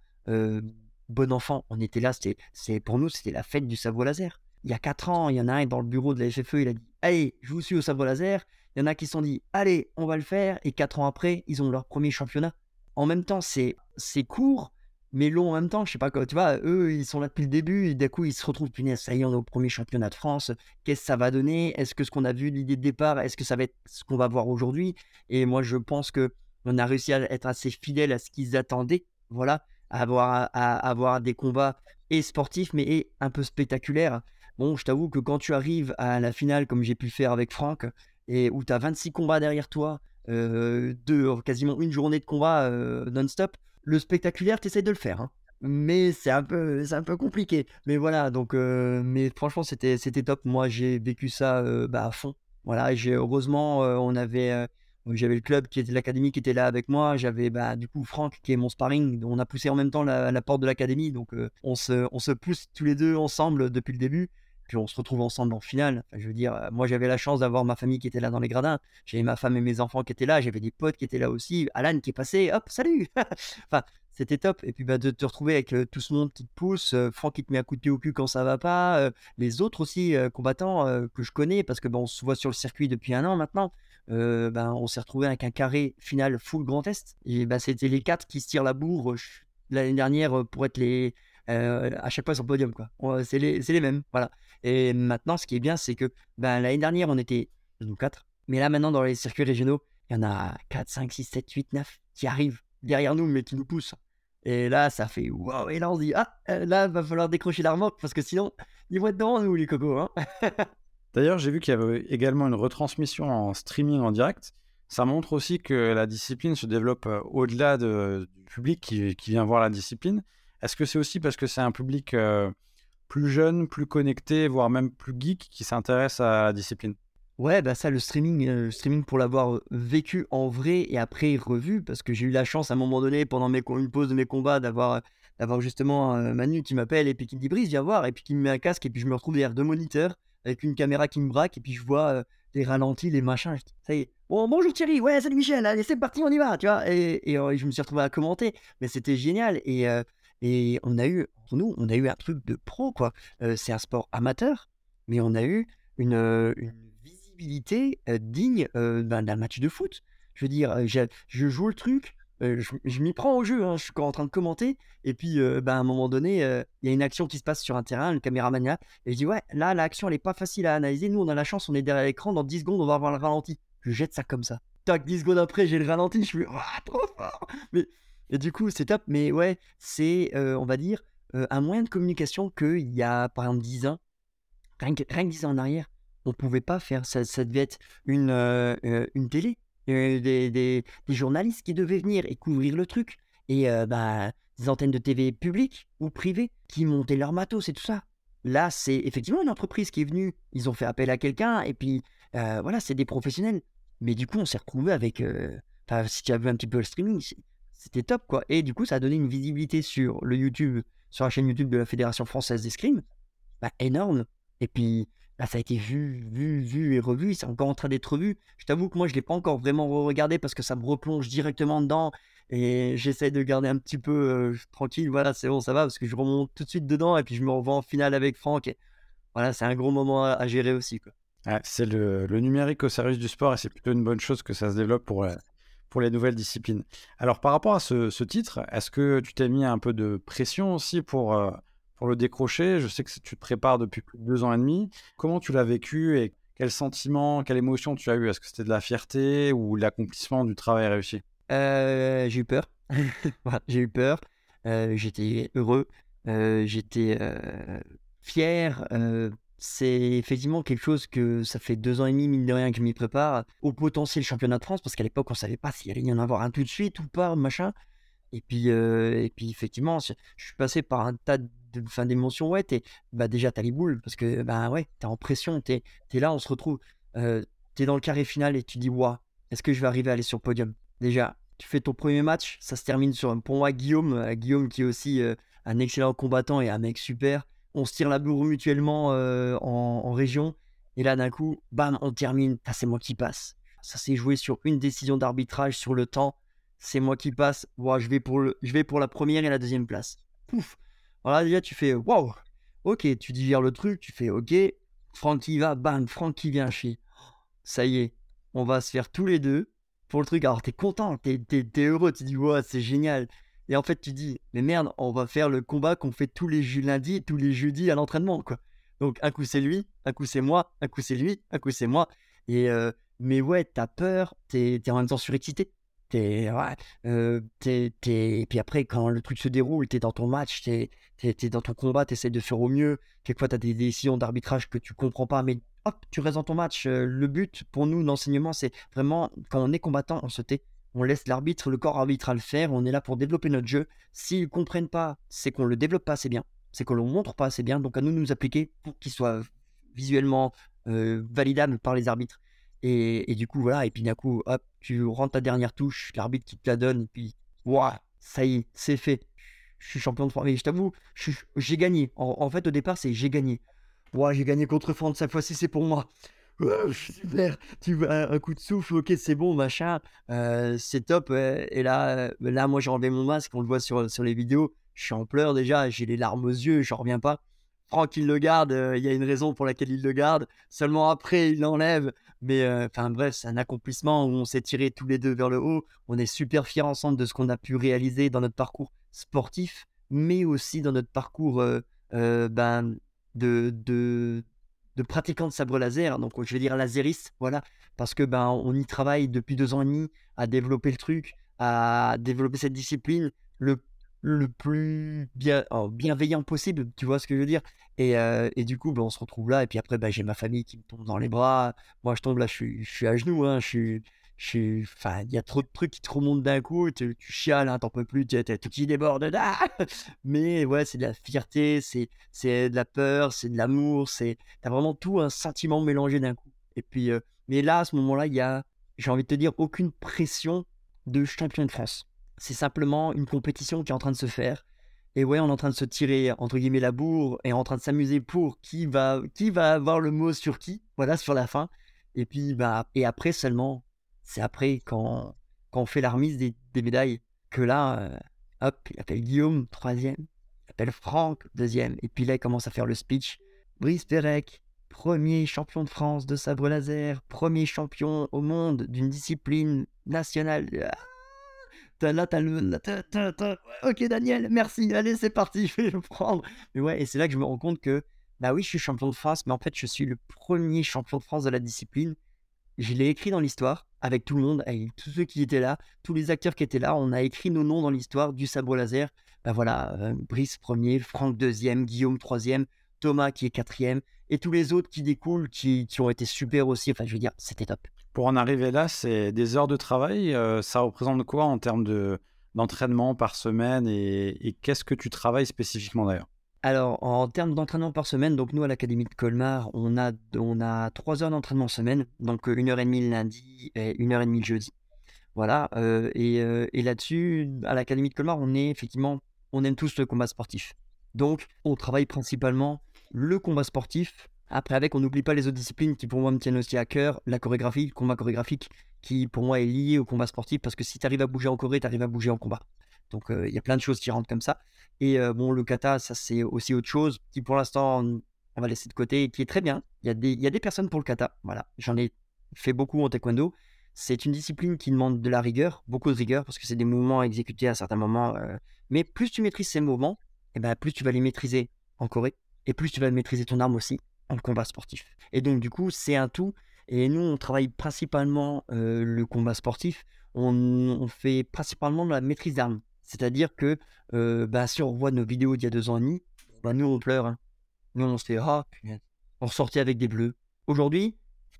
bon enfant. On était là, pour nous, c'était la fête du sabre laser. Il y a 4 ans, il y en a un dans le bureau de la FFE, il a dit allez, je vous suis au sabre laser. Il y en a qui se sont dit allez, on va le faire. Et 4 ans après, ils ont leur premier championnat. En même temps, c'est court, mais long en même temps. Je sais pas quoi, tu vois, eux, ils sont là depuis le début. Et d'un coup, ils se retrouvent, punaise, ça y est, on est au premier championnat de France. Qu'est-ce que ça va donner? Est-ce que ce qu'on a vu, l'idée de départ, est-ce que ça va être ce qu'on va voir aujourd'hui? Et moi, je pense que on a réussi à être assez fidèle à ce qu'ils attendaient, voilà, à avoir des combats et sportifs, mais et un peu spectaculaires. Bon, je t'avoue que quand tu arrives à la finale, comme j'ai pu le faire avec Franck, et où tu as 26 combats derrière toi, quasiment une journée de combat non-stop, le spectaculaire, tu essaies de le faire, hein. Mais c'est un peu compliqué. Mais voilà, donc, mais franchement, c'était top. Moi, j'ai vécu ça à fond. Voilà, heureusement, j'avais le club qui était l'académie qui était là avec moi. J'avais du coup Franck qui est mon sparring. On a poussé en même temps la porte de l'académie. Donc on se pousse tous les deux ensemble depuis le début. Puis on se retrouve ensemble en finale. Enfin, je veux dire, moi j'avais la chance d'avoir ma famille qui était là dans les gradins. J'avais ma femme et mes enfants qui étaient là. J'avais des potes qui étaient là aussi. Alan qui est passé. Hop, salut. Enfin, c'était top. Et puis de te retrouver avec tout ce monde qui te pousse. Franck qui te met un coup de pied au cul quand ça va pas. Les autres aussi combattants que je connais parce que on se voit sur le circuit depuis 1 an maintenant. On s'est retrouvé avec un carré final full Grand Est. Et c'était les 4 qui se tirent la bourre l'année dernière pour être à chaque fois sur le podium, quoi. C'est les mêmes, voilà. Et maintenant, ce qui est bien, c'est que l'année dernière, on était nous 4. Mais là, maintenant, dans les circuits régionaux, il y en a 4, 5, 6, 7, 8, 9 qui arrivent derrière nous, mais qui nous poussent. Et là, ça fait waouh. Et là, on se dit, là, va falloir décrocher la remorque parce que sinon, ils vont être devant nous, les cocos, hein. D'ailleurs, j'ai vu qu'il y avait également une retransmission en streaming en direct. Ça montre aussi que la discipline se développe au-delà du public qui vient voir la discipline. Est-ce que c'est aussi parce que c'est un public plus jeune, plus connecté, voire même plus geek qui s'intéresse à la discipline? Ouais, ça, le streaming pour l'avoir vécu en vrai et après revu, parce que j'ai eu la chance à un moment donné, pendant une pause de mes combats, d'avoir justement Manu qui m'appelle et puis qui me dit Brice, viens voir, et puis qui me met un casque, et puis je me retrouve derrière 2 moniteurs avec une caméra qui me braque, et puis je vois les ralentis, les machins. Je dis, ça y est, bon, bonjour Thierry, ouais, salut Michel, allez, c'est parti, on y va, tu vois. Et je me suis retrouvé à commenter, mais c'était génial. Et entre nous, on a eu un truc de pro, quoi. C'est un sport amateur, mais on a eu une visibilité digne d'un match de foot. Je veux dire, je joue le truc, je m'y prends au jeu, hein, je suis en train de commenter, et puis à un moment donné, il y a une action qui se passe sur un terrain, le caméraman est là, et je dis ouais, là, l'action, elle est pas facile à analyser. Nous, on a la chance, on est derrière l'écran, dans 10 secondes, on va avoir le ralenti. Je jette ça comme ça. Tac, 10 secondes après, j'ai le ralenti, je suis trop fort. Et du coup, c'est top, mais ouais, c'est, on va dire, un moyen de communication qu'il y a, par exemple, 10 ans, rien que 10 ans en arrière, on pouvait pas faire. Ça devait être une télé, des journalistes qui devaient venir et couvrir le truc. Et des antennes de TV publiques ou privées qui montaient leur matos et tout ça. Là, c'est effectivement une entreprise qui est venue. Ils ont fait appel à quelqu'un et puis voilà, c'est des professionnels. Mais du coup, on s'est retrouvé avec. Si tu as vu un petit peu le streaming, c'était top, quoi. Et du coup, ça a donné une visibilité sur sur la chaîne YouTube de la Fédération française d'escrime, énorme. Et puis, là, ça a été vu et revu. C'est encore en train d'être revu. Je t'avoue que moi, je ne l'ai pas encore vraiment regardé parce que ça me replonge directement dedans. Et j'essaie de garder un petit peu tranquille. Voilà, c'est bon, ça va. Parce que je remonte tout de suite dedans. Et puis, je me revois en finale avec Franck. Et voilà, c'est un gros moment à gérer aussi, quoi. Ouais, c'est le numérique au service du sport et c'est plutôt une bonne chose que ça se développe pour les nouvelles disciplines. Alors, par rapport à ce titre, est-ce que tu t'es mis un peu de pression aussi pour le décrocher? Je sais que tu te prépares depuis plus de 2 ans et demi. Comment tu l'as vécu et Quel sentiment, quelle émotion tu as eu? Est-ce que c'était de la fierté ou l'accomplissement du travail réussi? J'ai eu peur. Voilà, j'ai eu peur. J'étais heureux, j'étais, fier, c'est effectivement quelque chose que ça fait 2 ans et demi, mine de rien, que je m'y prépare au potentiel championnat de France parce qu'à l'époque, on savait pas s'il allait y en avoir un tout de suite ou pas, machin. Et puis effectivement, je suis passé par un tas d'émotions. Ouais, déjà, tu as les boules parce que, bah, ouais, tu es en pression, tu es là, on se retrouve, tu es dans le carré final et tu dis: «Waouh, est-ce que je vais arriver à aller sur le podium?» Déjà, tu fais ton premier match, ça se termine sur pour moi, Guillaume qui est aussi, un excellent combattant et un mec super. On se tire la bourre mutuellement, en région et là, d'un coup, bam, on termine. Ah, c'est moi qui passe. Ça s'est joué sur une décision d'arbitrage sur le temps. C'est moi qui passe. Ouah, je vais pour la première et la deuxième place. Pouf! Alors là, déjà, tu fais waouh! Ok, tu digères le truc, tu fais ok. Franck qui va, bang, Franck qui vient. Je fais ça y est, on va se faire tous les deux pour le truc. Alors, t'es content, t'es heureux, tu dis ouais, c'est génial. Et en fait, tu dis mais merde, on va faire le combat qu'on fait tous les lundis, tous les jeudis à l'entraînement, quoi. Donc, un coup c'est lui, un coup c'est moi, un coup c'est lui, un coup c'est moi. Et mais ouais, t'as peur, t'es en même temps surexcité. Ouais, et puis après, quand le truc se déroule, t'es dans ton match, t'es dans ton combat, t'essaies de faire au mieux. Quelquefois, t'as des décisions d'arbitrage que tu comprends pas, mais hop, tu restes dans ton match. Le but pour nous, l'enseignement, c'est vraiment, quand on est combattant, on se tait. On laisse l'arbitre, le corps arbitral faire. On est là pour développer notre jeu. S'ils ne comprennent pas, c'est qu'on le développe pas assez bien. C'est qu'on le montre pas assez bien. Donc, à nous de nous appliquer pour qu'il soit visuellement validable par les arbitres. Et du coup, voilà. Et puis, d'un coup, hop, tu rentres ta dernière touche, l'arbitre qui te la donne. Et puis, waouh, ça y est, c'est fait. Je suis champion de France. Mais je t'avoue, j'ai gagné. En fait, au départ, c'est j'ai gagné. Ouais, j'ai gagné contre France, cette fois-ci c'est pour moi. Ouais, super, tu vois, un coup de souffle, ok, c'est bon, machin, c'est top. Ouais. Et là, moi j'ai enlevé mon masque, on le voit sur les vidéos, je suis en pleurs déjà, j'ai les larmes aux yeux, j'en reviens pas. Franck, il le garde, il y a une raison pour laquelle il le garde, seulement après il l'enlève. Mais enfin bref, c'est un accomplissement où on s'est tirés tous les deux vers le haut, on est super fiers ensemble de ce qu'on a pu réaliser dans notre parcours sportif, mais aussi dans notre parcours ben, de, de, de pratiquants de sabre laser, donc je vais dire laseriste, voilà, parce que ben on y travaille depuis 2 ans et demi à développer le truc, à développer cette discipline le, le plus bienveillant possible, tu vois ce que je veux dire, et du coup ben, on se retrouve là, et puis après ben, j'ai ma famille qui me tombe dans les bras, moi je tombe là, je suis à genoux, hein, enfin, il y a trop de trucs qui te remontent d'un coup, tu chiales, hein, t'en peux plus, t'as tout qui déborde, ah. Mais ouais, c'est de la fierté, c'est de la peur, c'est de l'amour, t'as vraiment tout un sentiment mélangé d'un coup. Et puis, mais là, à ce moment-là, il y a, j'ai envie de te dire, aucune pression de champion de France. C'est simplement une compétition qui est en train de se faire. Et ouais, on est en train de se tirer, entre guillemets, la bourre et en train de s'amuser pour qui va avoir le mot sur qui, voilà, sur la fin. Et puis, bah, et après seulement, c'est après, quand on fait la remise des médailles, que là, hop, il appelle Guillaume, troisième, il appelle Franck, deuxième, et puis là, il commence à faire le speech. Brice Pérec, premier champion de France de sabre laser, premier champion au monde d'une discipline nationale. Ah, là, t'as le. Ok, Daniel, merci, allez, c'est parti, je vais le prendre. Mais ouais, et c'est là que je me rends compte que, bah oui, je suis champion de France, mais en fait, je suis le premier champion de France de la discipline. Je l'ai écrit dans l'histoire, avec tout le monde, avec tous ceux qui étaient là, tous les acteurs qui étaient là. On a écrit nos noms dans l'histoire du sabre laser. Ben voilà, Brice premier, Franck deuxième, Guillaume troisième, Thomas qui est quatrième, et tous les autres qui découlent, qui ont été super aussi. Enfin, je veux dire, c'était top. Pour en arriver là, c'est des heures de travail. Ça représente quoi en termes d'entraînement par semaine et qu'est-ce que tu travailles spécifiquement d'ailleurs? Alors, en termes d'entraînement par semaine, donc nous à l'Académie de Colmar, on a 3 heures d'entraînement semaine, donc 1 heure et demie le lundi et 1 heure et demie le jeudi. Voilà, et là-dessus, à l'Académie de Colmar, on aime tous le combat sportif. Donc, on travaille principalement le combat sportif. Après, on n'oublie pas les autres disciplines qui, pour moi, me tiennent aussi à cœur. La chorégraphie, le combat chorégraphique, qui, pour moi, est lié au combat sportif, parce que si tu arrives à bouger en choré, tu arrives à bouger en combat. Donc, il y a plein de choses qui rentrent comme ça. Et bon, le kata, ça, c'est aussi autre chose, qui, pour l'instant, on va laisser de côté, et qui est très bien. Il y a des personnes pour le kata. Voilà, j'en ai fait beaucoup en taekwondo. C'est une discipline qui demande de la rigueur, beaucoup de rigueur, parce que c'est des mouvements à exécuter à certains moments. Mais plus tu maîtrises ces mouvements, et ben plus tu vas les maîtriser en Corée, et plus tu vas maîtriser ton arme aussi. en combat sportif. Et donc, du coup, c'est un tout. Et nous, on travaille principalement le combat sportif. On fait principalement de la maîtrise d'armes. C'est-à-dire que si on revoit nos vidéos d'il y a 2 ans et demi, nous, on pleure, hein. Nous, on se fait ah, punaise. On ressortait avec des bleus. Aujourd'hui,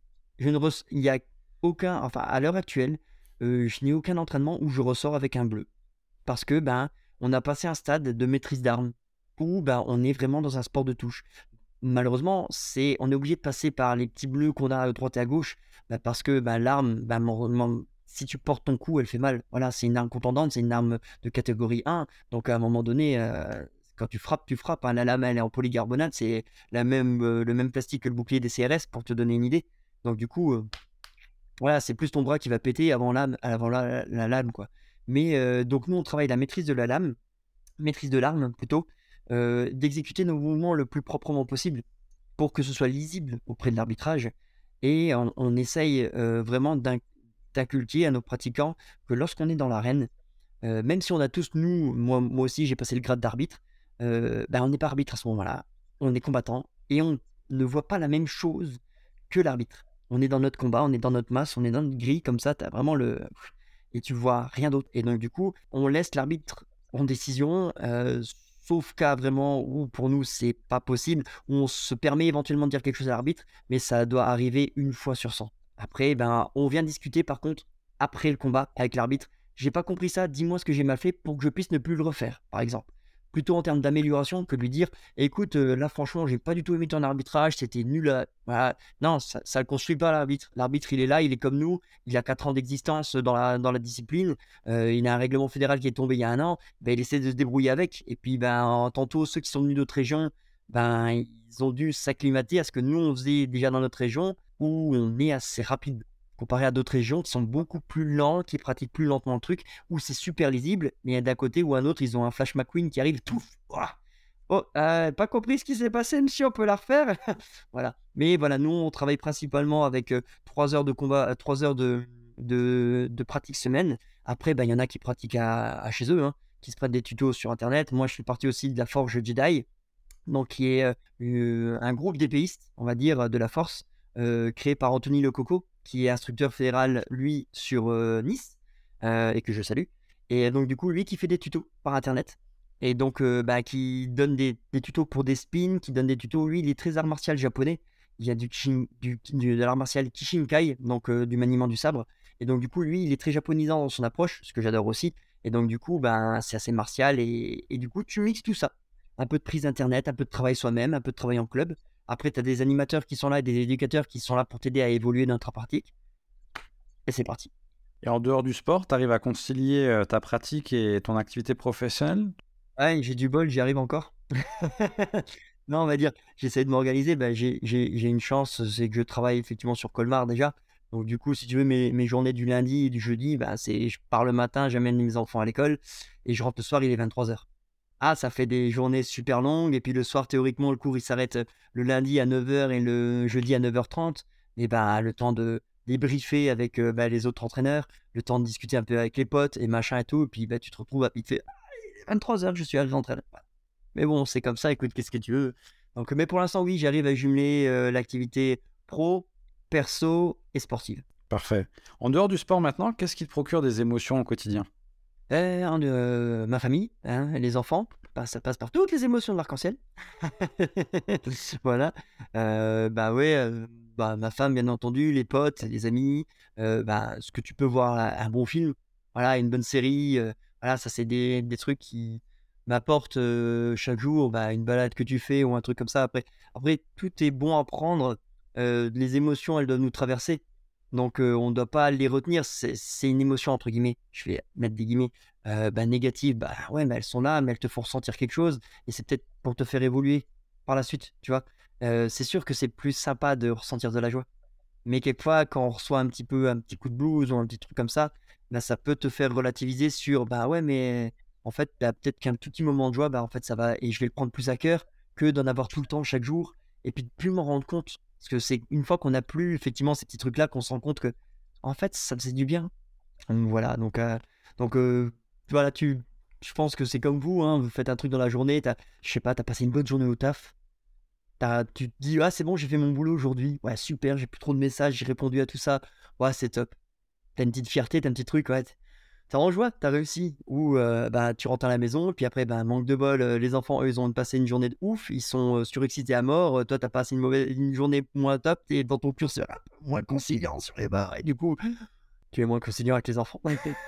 il y a aucun, enfin, à l'heure actuelle, je n'ai aucun entraînement où je ressors avec un bleu. Parce que, on a passé un stade de maîtrise d'armes où on est vraiment dans un sport de touche. Malheureusement, on est obligé de passer par les petits bleus qu'on a à droite et à gauche, parce que l'arme, si tu portes ton coup, elle fait mal. Voilà, c'est une arme contendante, c'est une arme de catégorie 1. Donc à un moment donné, quand tu frappes, tu frappes, hein. La lame, elle est en polycarbonate, c'est le même plastique que le bouclier des CRS, pour te donner une idée. Donc du coup, voilà, c'est plus ton bras qui va péter avant la lame, quoi. Mais donc nous, on travaille la maîtrise de l'arme plutôt, d'exécuter nos mouvements le plus proprement possible pour que ce soit lisible auprès de l'arbitrage. Et on essaye vraiment d'inculquer à nos pratiquants que lorsqu'on est dans l'arène, même si on a tous, moi aussi j'ai passé le grade d'arbitre, on n'est pas arbitre à ce moment-là. On est combattant et on ne voit pas la même chose que l'arbitre. On est dans notre combat, on est dans notre masse, on est dans notre grille, comme ça, tu as vraiment et tu vois rien d'autre. Et donc du coup, on laisse l'arbitre en décision, sauf cas vraiment où pour nous c'est pas possible, où on se permet éventuellement de dire quelque chose à l'arbitre, mais ça doit arriver 1 fois sur 100. Après, on vient discuter par contre après le combat avec l'arbitre. J'ai pas compris ça, dis-moi ce que j'ai mal fait pour que je puisse ne plus le refaire, par exemple. Plutôt en termes d'amélioration que de lui dire écoute, là franchement, j'ai pas du tout aimé ton arbitrage, c'était nul. Voilà. Non, ça ne construit pas l'arbitre. L'arbitre, il est là, il est comme nous, il a 4 ans d'existence dans la discipline, il a un règlement fédéral qui est tombé il y a 1 an, il essaie de se débrouiller avec. Et puis, tantôt, ceux qui sont venus d'autres régions, ils ont dû s'acclimater à ce que nous, on faisait déjà dans notre région, où on est assez rapide comparé à d'autres régions qui sont beaucoup plus lentes, qui pratiquent plus lentement le truc, où c'est super lisible, mais d'un côté ou un autre, ils ont un Flash McQueen qui arrive, tout. Oh, pas compris ce qui s'est passé, monsieur, on peut la refaire. Voilà. Mais voilà, nous, on travaille principalement avec 3 heures de combat, 3 heures de pratique semaine. Après, il y en a qui pratiquent à chez eux, hein, qui se prennent des tutos sur Internet. Moi, je fais partie aussi de la Forge Jedi, donc qui est un groupe d'épéistes, on va dire, de la Force, créé par Anthony Lecoco, qui est instructeur fédéral, lui, sur Nice, et que je salue. Et donc, du coup, lui qui fait des tutos par Internet. Et donc, qui donne des tutos pour des spins, qui donne des tutos. Lui, il est très art martial japonais. Il y a de l'art martial Kishinkai, donc du maniement du sabre. Et donc, du coup, lui, il est très japonisant dans son approche, ce que j'adore aussi. Et donc, du coup, c'est assez martial. Et du coup, tu mixes tout ça. Un peu de prise internet, un peu de travail soi-même, un peu de travail en club. Après, tu as des animateurs qui sont là et des éducateurs qui sont là pour t'aider à évoluer dans ta pratique. Et c'est parti. Et en dehors du sport, tu arrives à concilier ta pratique et ton activité professionnelle? Ouais, j'ai du bol, j'y arrive encore. Non, on va dire, j'essaie de m'organiser. J'ai une chance, c'est que je travaille effectivement sur Colmar déjà. Donc, du coup, si tu veux, mes journées du lundi et du jeudi, je pars le matin, j'amène mes enfants à l'école et je rentre le soir, il est 23h. Ah, ça fait des journées super longues. Et puis le soir, théoriquement, le cours il s'arrête le lundi à 9h et le jeudi à 9h30. Et le temps de débriefer avec les autres entraîneurs, le temps de discuter un peu avec les potes et machin et tout. Et puis tu te retrouves à vite fait 23h, je suis arrivé en entraînement. Mais bon, c'est comme ça, écoute, qu'est-ce que tu veux. Donc, mais pour l'instant, oui, j'arrive à jumeler l'activité pro, perso et sportive. Parfait. En dehors du sport maintenant, qu'est-ce qui te procure des émotions au quotidien? Ma famille, hein, les enfants, ça passe par toutes les émotions de l'arc-en-ciel. Voilà. Ouais, ma femme, bien entendu, les potes, les amis, ce que tu peux voir, un bon film, voilà, une bonne série, voilà, ça c'est des trucs qui m'apportent chaque jour, une balade que tu fais ou un truc comme ça. Après tout est bon à prendre, les émotions, elles doivent nous traverser. Donc, on ne doit pas les retenir. C'est une émotion, entre guillemets, je vais mettre des guillemets, négatives. Ouais, mais elles sont là, mais elles te font ressentir quelque chose. Et c'est peut-être pour te faire évoluer par la suite, tu vois. C'est sûr que c'est plus sympa de ressentir de la joie. Mais quelquefois, quand on reçoit un petit coup de blues ou un petit truc comme ça, ça peut te faire relativiser sur, ouais, mais en fait, peut-être qu'un tout petit moment de joie, en fait, ça va, et je vais le prendre plus à cœur que d'en avoir tout le temps, chaque jour, et puis de plus m'en rendre compte. Parce que c'est une fois qu'on n'a plus, effectivement, ces petits trucs-là, qu'on se rend compte que, en fait, ça faisait du bien. Donc, voilà. Donc, voilà, je pense que c'est comme vous, hein, vous faites un truc dans la journée, je sais pas, t'as passé une bonne journée au taf, Tu te dis: «Ah c'est bon, j'ai fait mon boulot aujourd'hui. Ouais super, j'ai plus trop de messages, j'ai répondu à tout ça. Ouais, c'est top». Tu as une petite fierté, tu as un petit truc, ouais, tu es en joie, tu as réussi. Ou bah, tu rentres à la maison et puis après, bah, manque de bol, les enfants, eux, ils ont passé une journée de ouf, ils sont, surexcités à mort, toi, tu as passé une journée moins top, tu es dans ton curseur un peu moins conciliant sur les bords et du coup, tu es moins conciliant avec les enfants.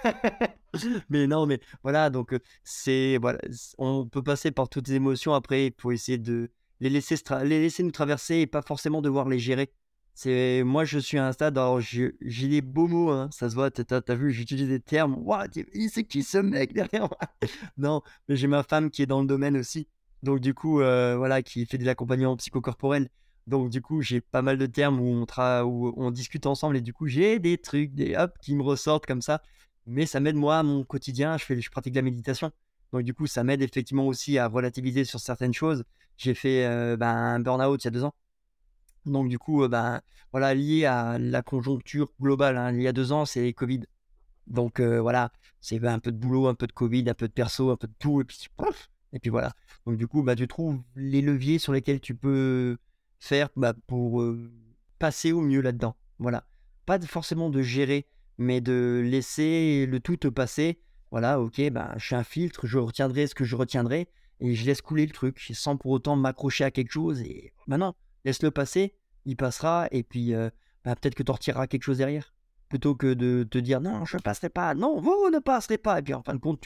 Mais non, mais voilà, donc c'est voilà, on peut passer par toutes les émotions. Après, il faut essayer de les laisser nous traverser et pas forcément devoir les gérer. C'est moi, je suis à un stade, alors j'ai des beaux mots, hein, ça se voit, tu as vu, j'utilise des termes. Waouh, c'est qui ce mec derrière moi? Non, mais j'ai ma femme qui est dans le domaine aussi, donc du coup, voilà, qui fait de l'accompagnement psychocorporel. Donc du coup, j'ai pas mal de termes où on discute ensemble et du coup, j'ai des trucs, des hop, qui me ressortent comme ça. Mais ça m'aide moi à mon quotidien, je pratique de la méditation. Donc du coup, ça m'aide effectivement aussi à relativiser sur certaines choses. J'ai fait, ben, un burn-out il y a 2 ans. Donc du coup, ben, voilà, lié à la conjoncture globale, hein. Il y a 2 ans, c'est covid. Donc voilà, c'est un peu de boulot, un peu de covid, un peu de perso, un peu de tout et puis pouf et puis voilà. Donc du coup, bah, tu trouves les leviers sur lesquels tu peux faire, bah, pour, passer au mieux là-dedans. Voilà. Pas forcément de gérer, mais de laisser le tout te passer. Voilà, OK, bah, je suis un filtre, je retiendrai ce que je retiendrai et je laisse couler le truc sans pour autant m'accrocher à quelque chose et bah, non, laisse-le passer, il passera et puis, bah, peut-être que tu en retireras quelque chose derrière. Plutôt que de te dire: «Non, je ne passerai pas, non, vous ne passerez pas» et puis en fin de compte,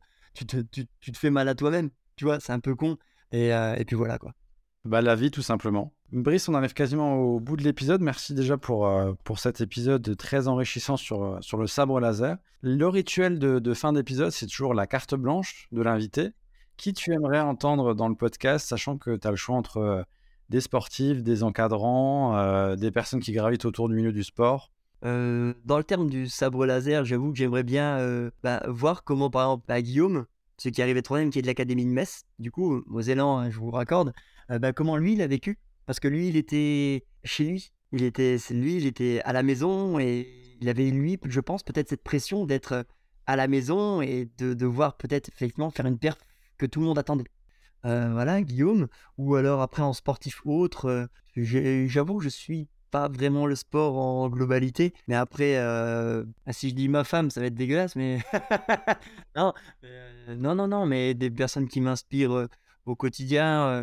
tu te fais mal à toi-même, tu vois? C'est un peu con et puis voilà, quoi. Bah, la vie, tout simplement. Brice, on arrive quasiment au bout de l'épisode. Merci déjà pour cet épisode très enrichissant sur le sabre laser. Le rituel de fin d'épisode, c'est toujours la carte blanche de l'invité. Qui tu aimerais entendre dans le podcast, sachant que tu as le choix entre des sportifs, des encadrants, des personnes qui gravitent autour du milieu du sport. Dans le terme du sabre laser, j'avoue que j'aimerais bien, bah, voir comment, par exemple, bah, Guillaume, celui qui est arrivé 3e, qui est de l'académie de Metz, du coup, Mosellan, hein, je vous raccorde, bah, comment lui, il a vécu. Parce que lui, il était chez lui, il était à la maison et il avait, lui, je pense, peut-être cette pression d'être, à la maison et de devoir peut-être effectivement faire une perf que tout le monde attendait. Voilà, Guillaume. Ou alors après en sportif autre, j'avoue que je suis pas vraiment le sport en globalité, mais après, ah si je dis ma femme, ça va être dégueulasse, mais non, non, non, non, mais des personnes qui m'inspirent, au quotidien,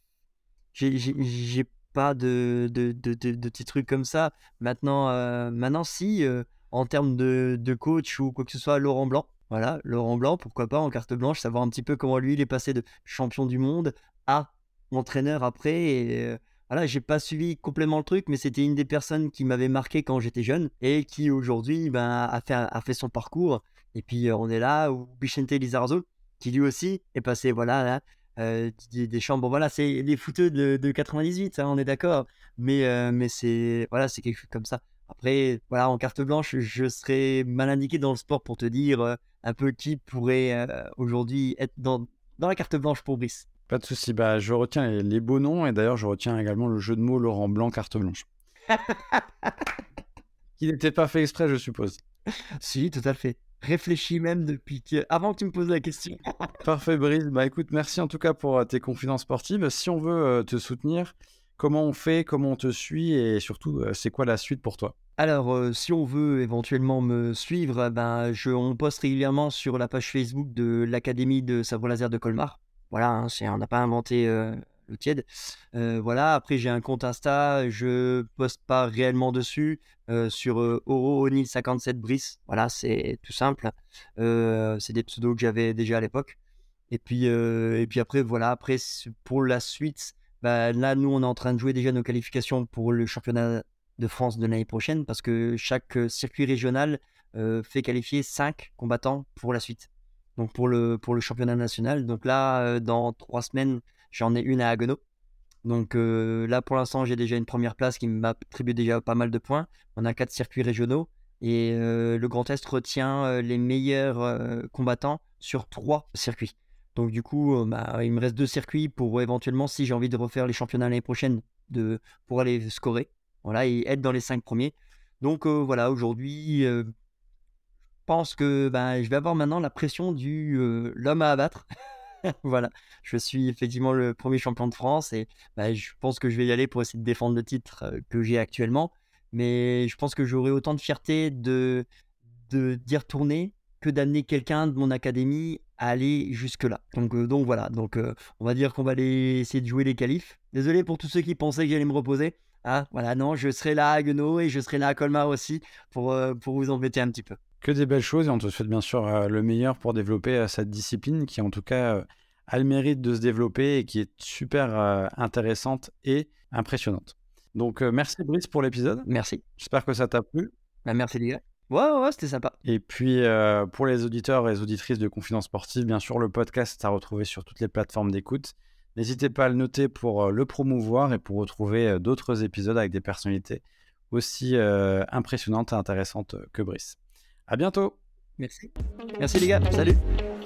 j'ai pas de petits trucs comme ça. Maintenant si, en termes de coach ou quoi que ce soit, Laurent Blanc. Voilà, Laurent Blanc, pourquoi pas en carte blanche, savoir un petit peu comment lui, il est passé de champion du monde à entraîneur après et voilà, j'ai pas suivi complètement le truc, mais c'était une des personnes qui m'avait marqué quand j'étais jeune et qui aujourd'hui, ben, a fait son parcours et puis, on est là, ou Vicente Lizarazu, qui lui aussi est passé, voilà, là, Didier Deschamps, bon voilà, c'est les footeux de 98, hein, on est d'accord. Mais c'est voilà, c'est quelque chose comme ça. Après, voilà, en carte blanche, je serais mal indiqué dans le sport pour te dire, un peu qui pourrait, aujourd'hui être dans la carte blanche pour Brice. Pas de souci, bah, je retiens les beaux noms et d'ailleurs, je retiens également le jeu de mots Laurent Blanc, carte blanche. Qui n'était pas fait exprès, je suppose. Si, tout à fait. Réfléchis même depuis que avant que tu me poses la question. Parfait, Brice. Bah écoute, merci en tout cas pour tes confidences sportives. Si on veut te soutenir, comment on fait, comment on te suit et surtout, c'est quoi la suite pour toi? Alors, si on veut éventuellement me suivre, ben, on poste régulièrement sur la page Facebook de l'académie de sabre laser de Colmar. Voilà, hein, on n'a pas inventé, l'eau tiède. Voilà, après j'ai un compte Insta, je poste pas réellement dessus, sur, Oro O'Neill 57 Brice. Voilà, c'est tout simple. C'est des pseudos que j'avais déjà à l'époque et puis après voilà, après pour la suite, bah, là, nous, on est en train de jouer déjà nos qualifications pour le championnat de France de l'année prochaine parce que chaque, circuit régional, fait qualifier 5 combattants pour la suite. Donc pour le championnat national. Donc là, dans 3 semaines, j'en ai une à Haguenau. Donc là, pour l'instant, j'ai déjà une première place qui m'attribue déjà pas mal de points. On a 4 circuits régionaux et le Grand Est retient, les meilleurs, combattants sur 3 circuits. Donc du coup, bah, il me reste 2 circuits pour éventuellement, si j'ai envie de refaire les championnats l'année prochaine, pour aller scorer, voilà et être dans les 5 premiers. Donc voilà, aujourd'hui, je pense que, bah, je vais avoir maintenant la pression l'homme à abattre. Voilà, je suis effectivement le premier champion de France et bah, je pense que je vais y aller pour essayer de défendre le titre, que j'ai actuellement. Mais je pense que j'aurai autant de fierté d'y retourner que d'amener quelqu'un de mon académie à aller jusque-là. Donc voilà, on va dire qu'on va aller essayer de jouer les qualifs. Désolé pour tous ceux qui pensaient que j'allais me reposer. Ah voilà, non, je serai là à Haguenau et je serai là à Colmar aussi pour vous embêter un petit peu. Que des belles choses et on te souhaite bien sûr le meilleur pour développer cette discipline qui en tout cas a le mérite de se développer et qui est super intéressante et impressionnante. Donc merci Brice pour l'épisode. Merci. J'espère que ça t'a plu. Bah, merci les gars. Ouais, c'était sympa. Et puis pour les auditeurs et les auditrices de Confidence Sportive, bien sûr le podcast est à retrouver sur toutes les plateformes d'écoute. N'hésitez pas à le noter pour le promouvoir et pour retrouver d'autres épisodes avec des personnalités aussi impressionnantes et intéressantes que Brice. À bientôt. Merci. Merci les gars. Salut.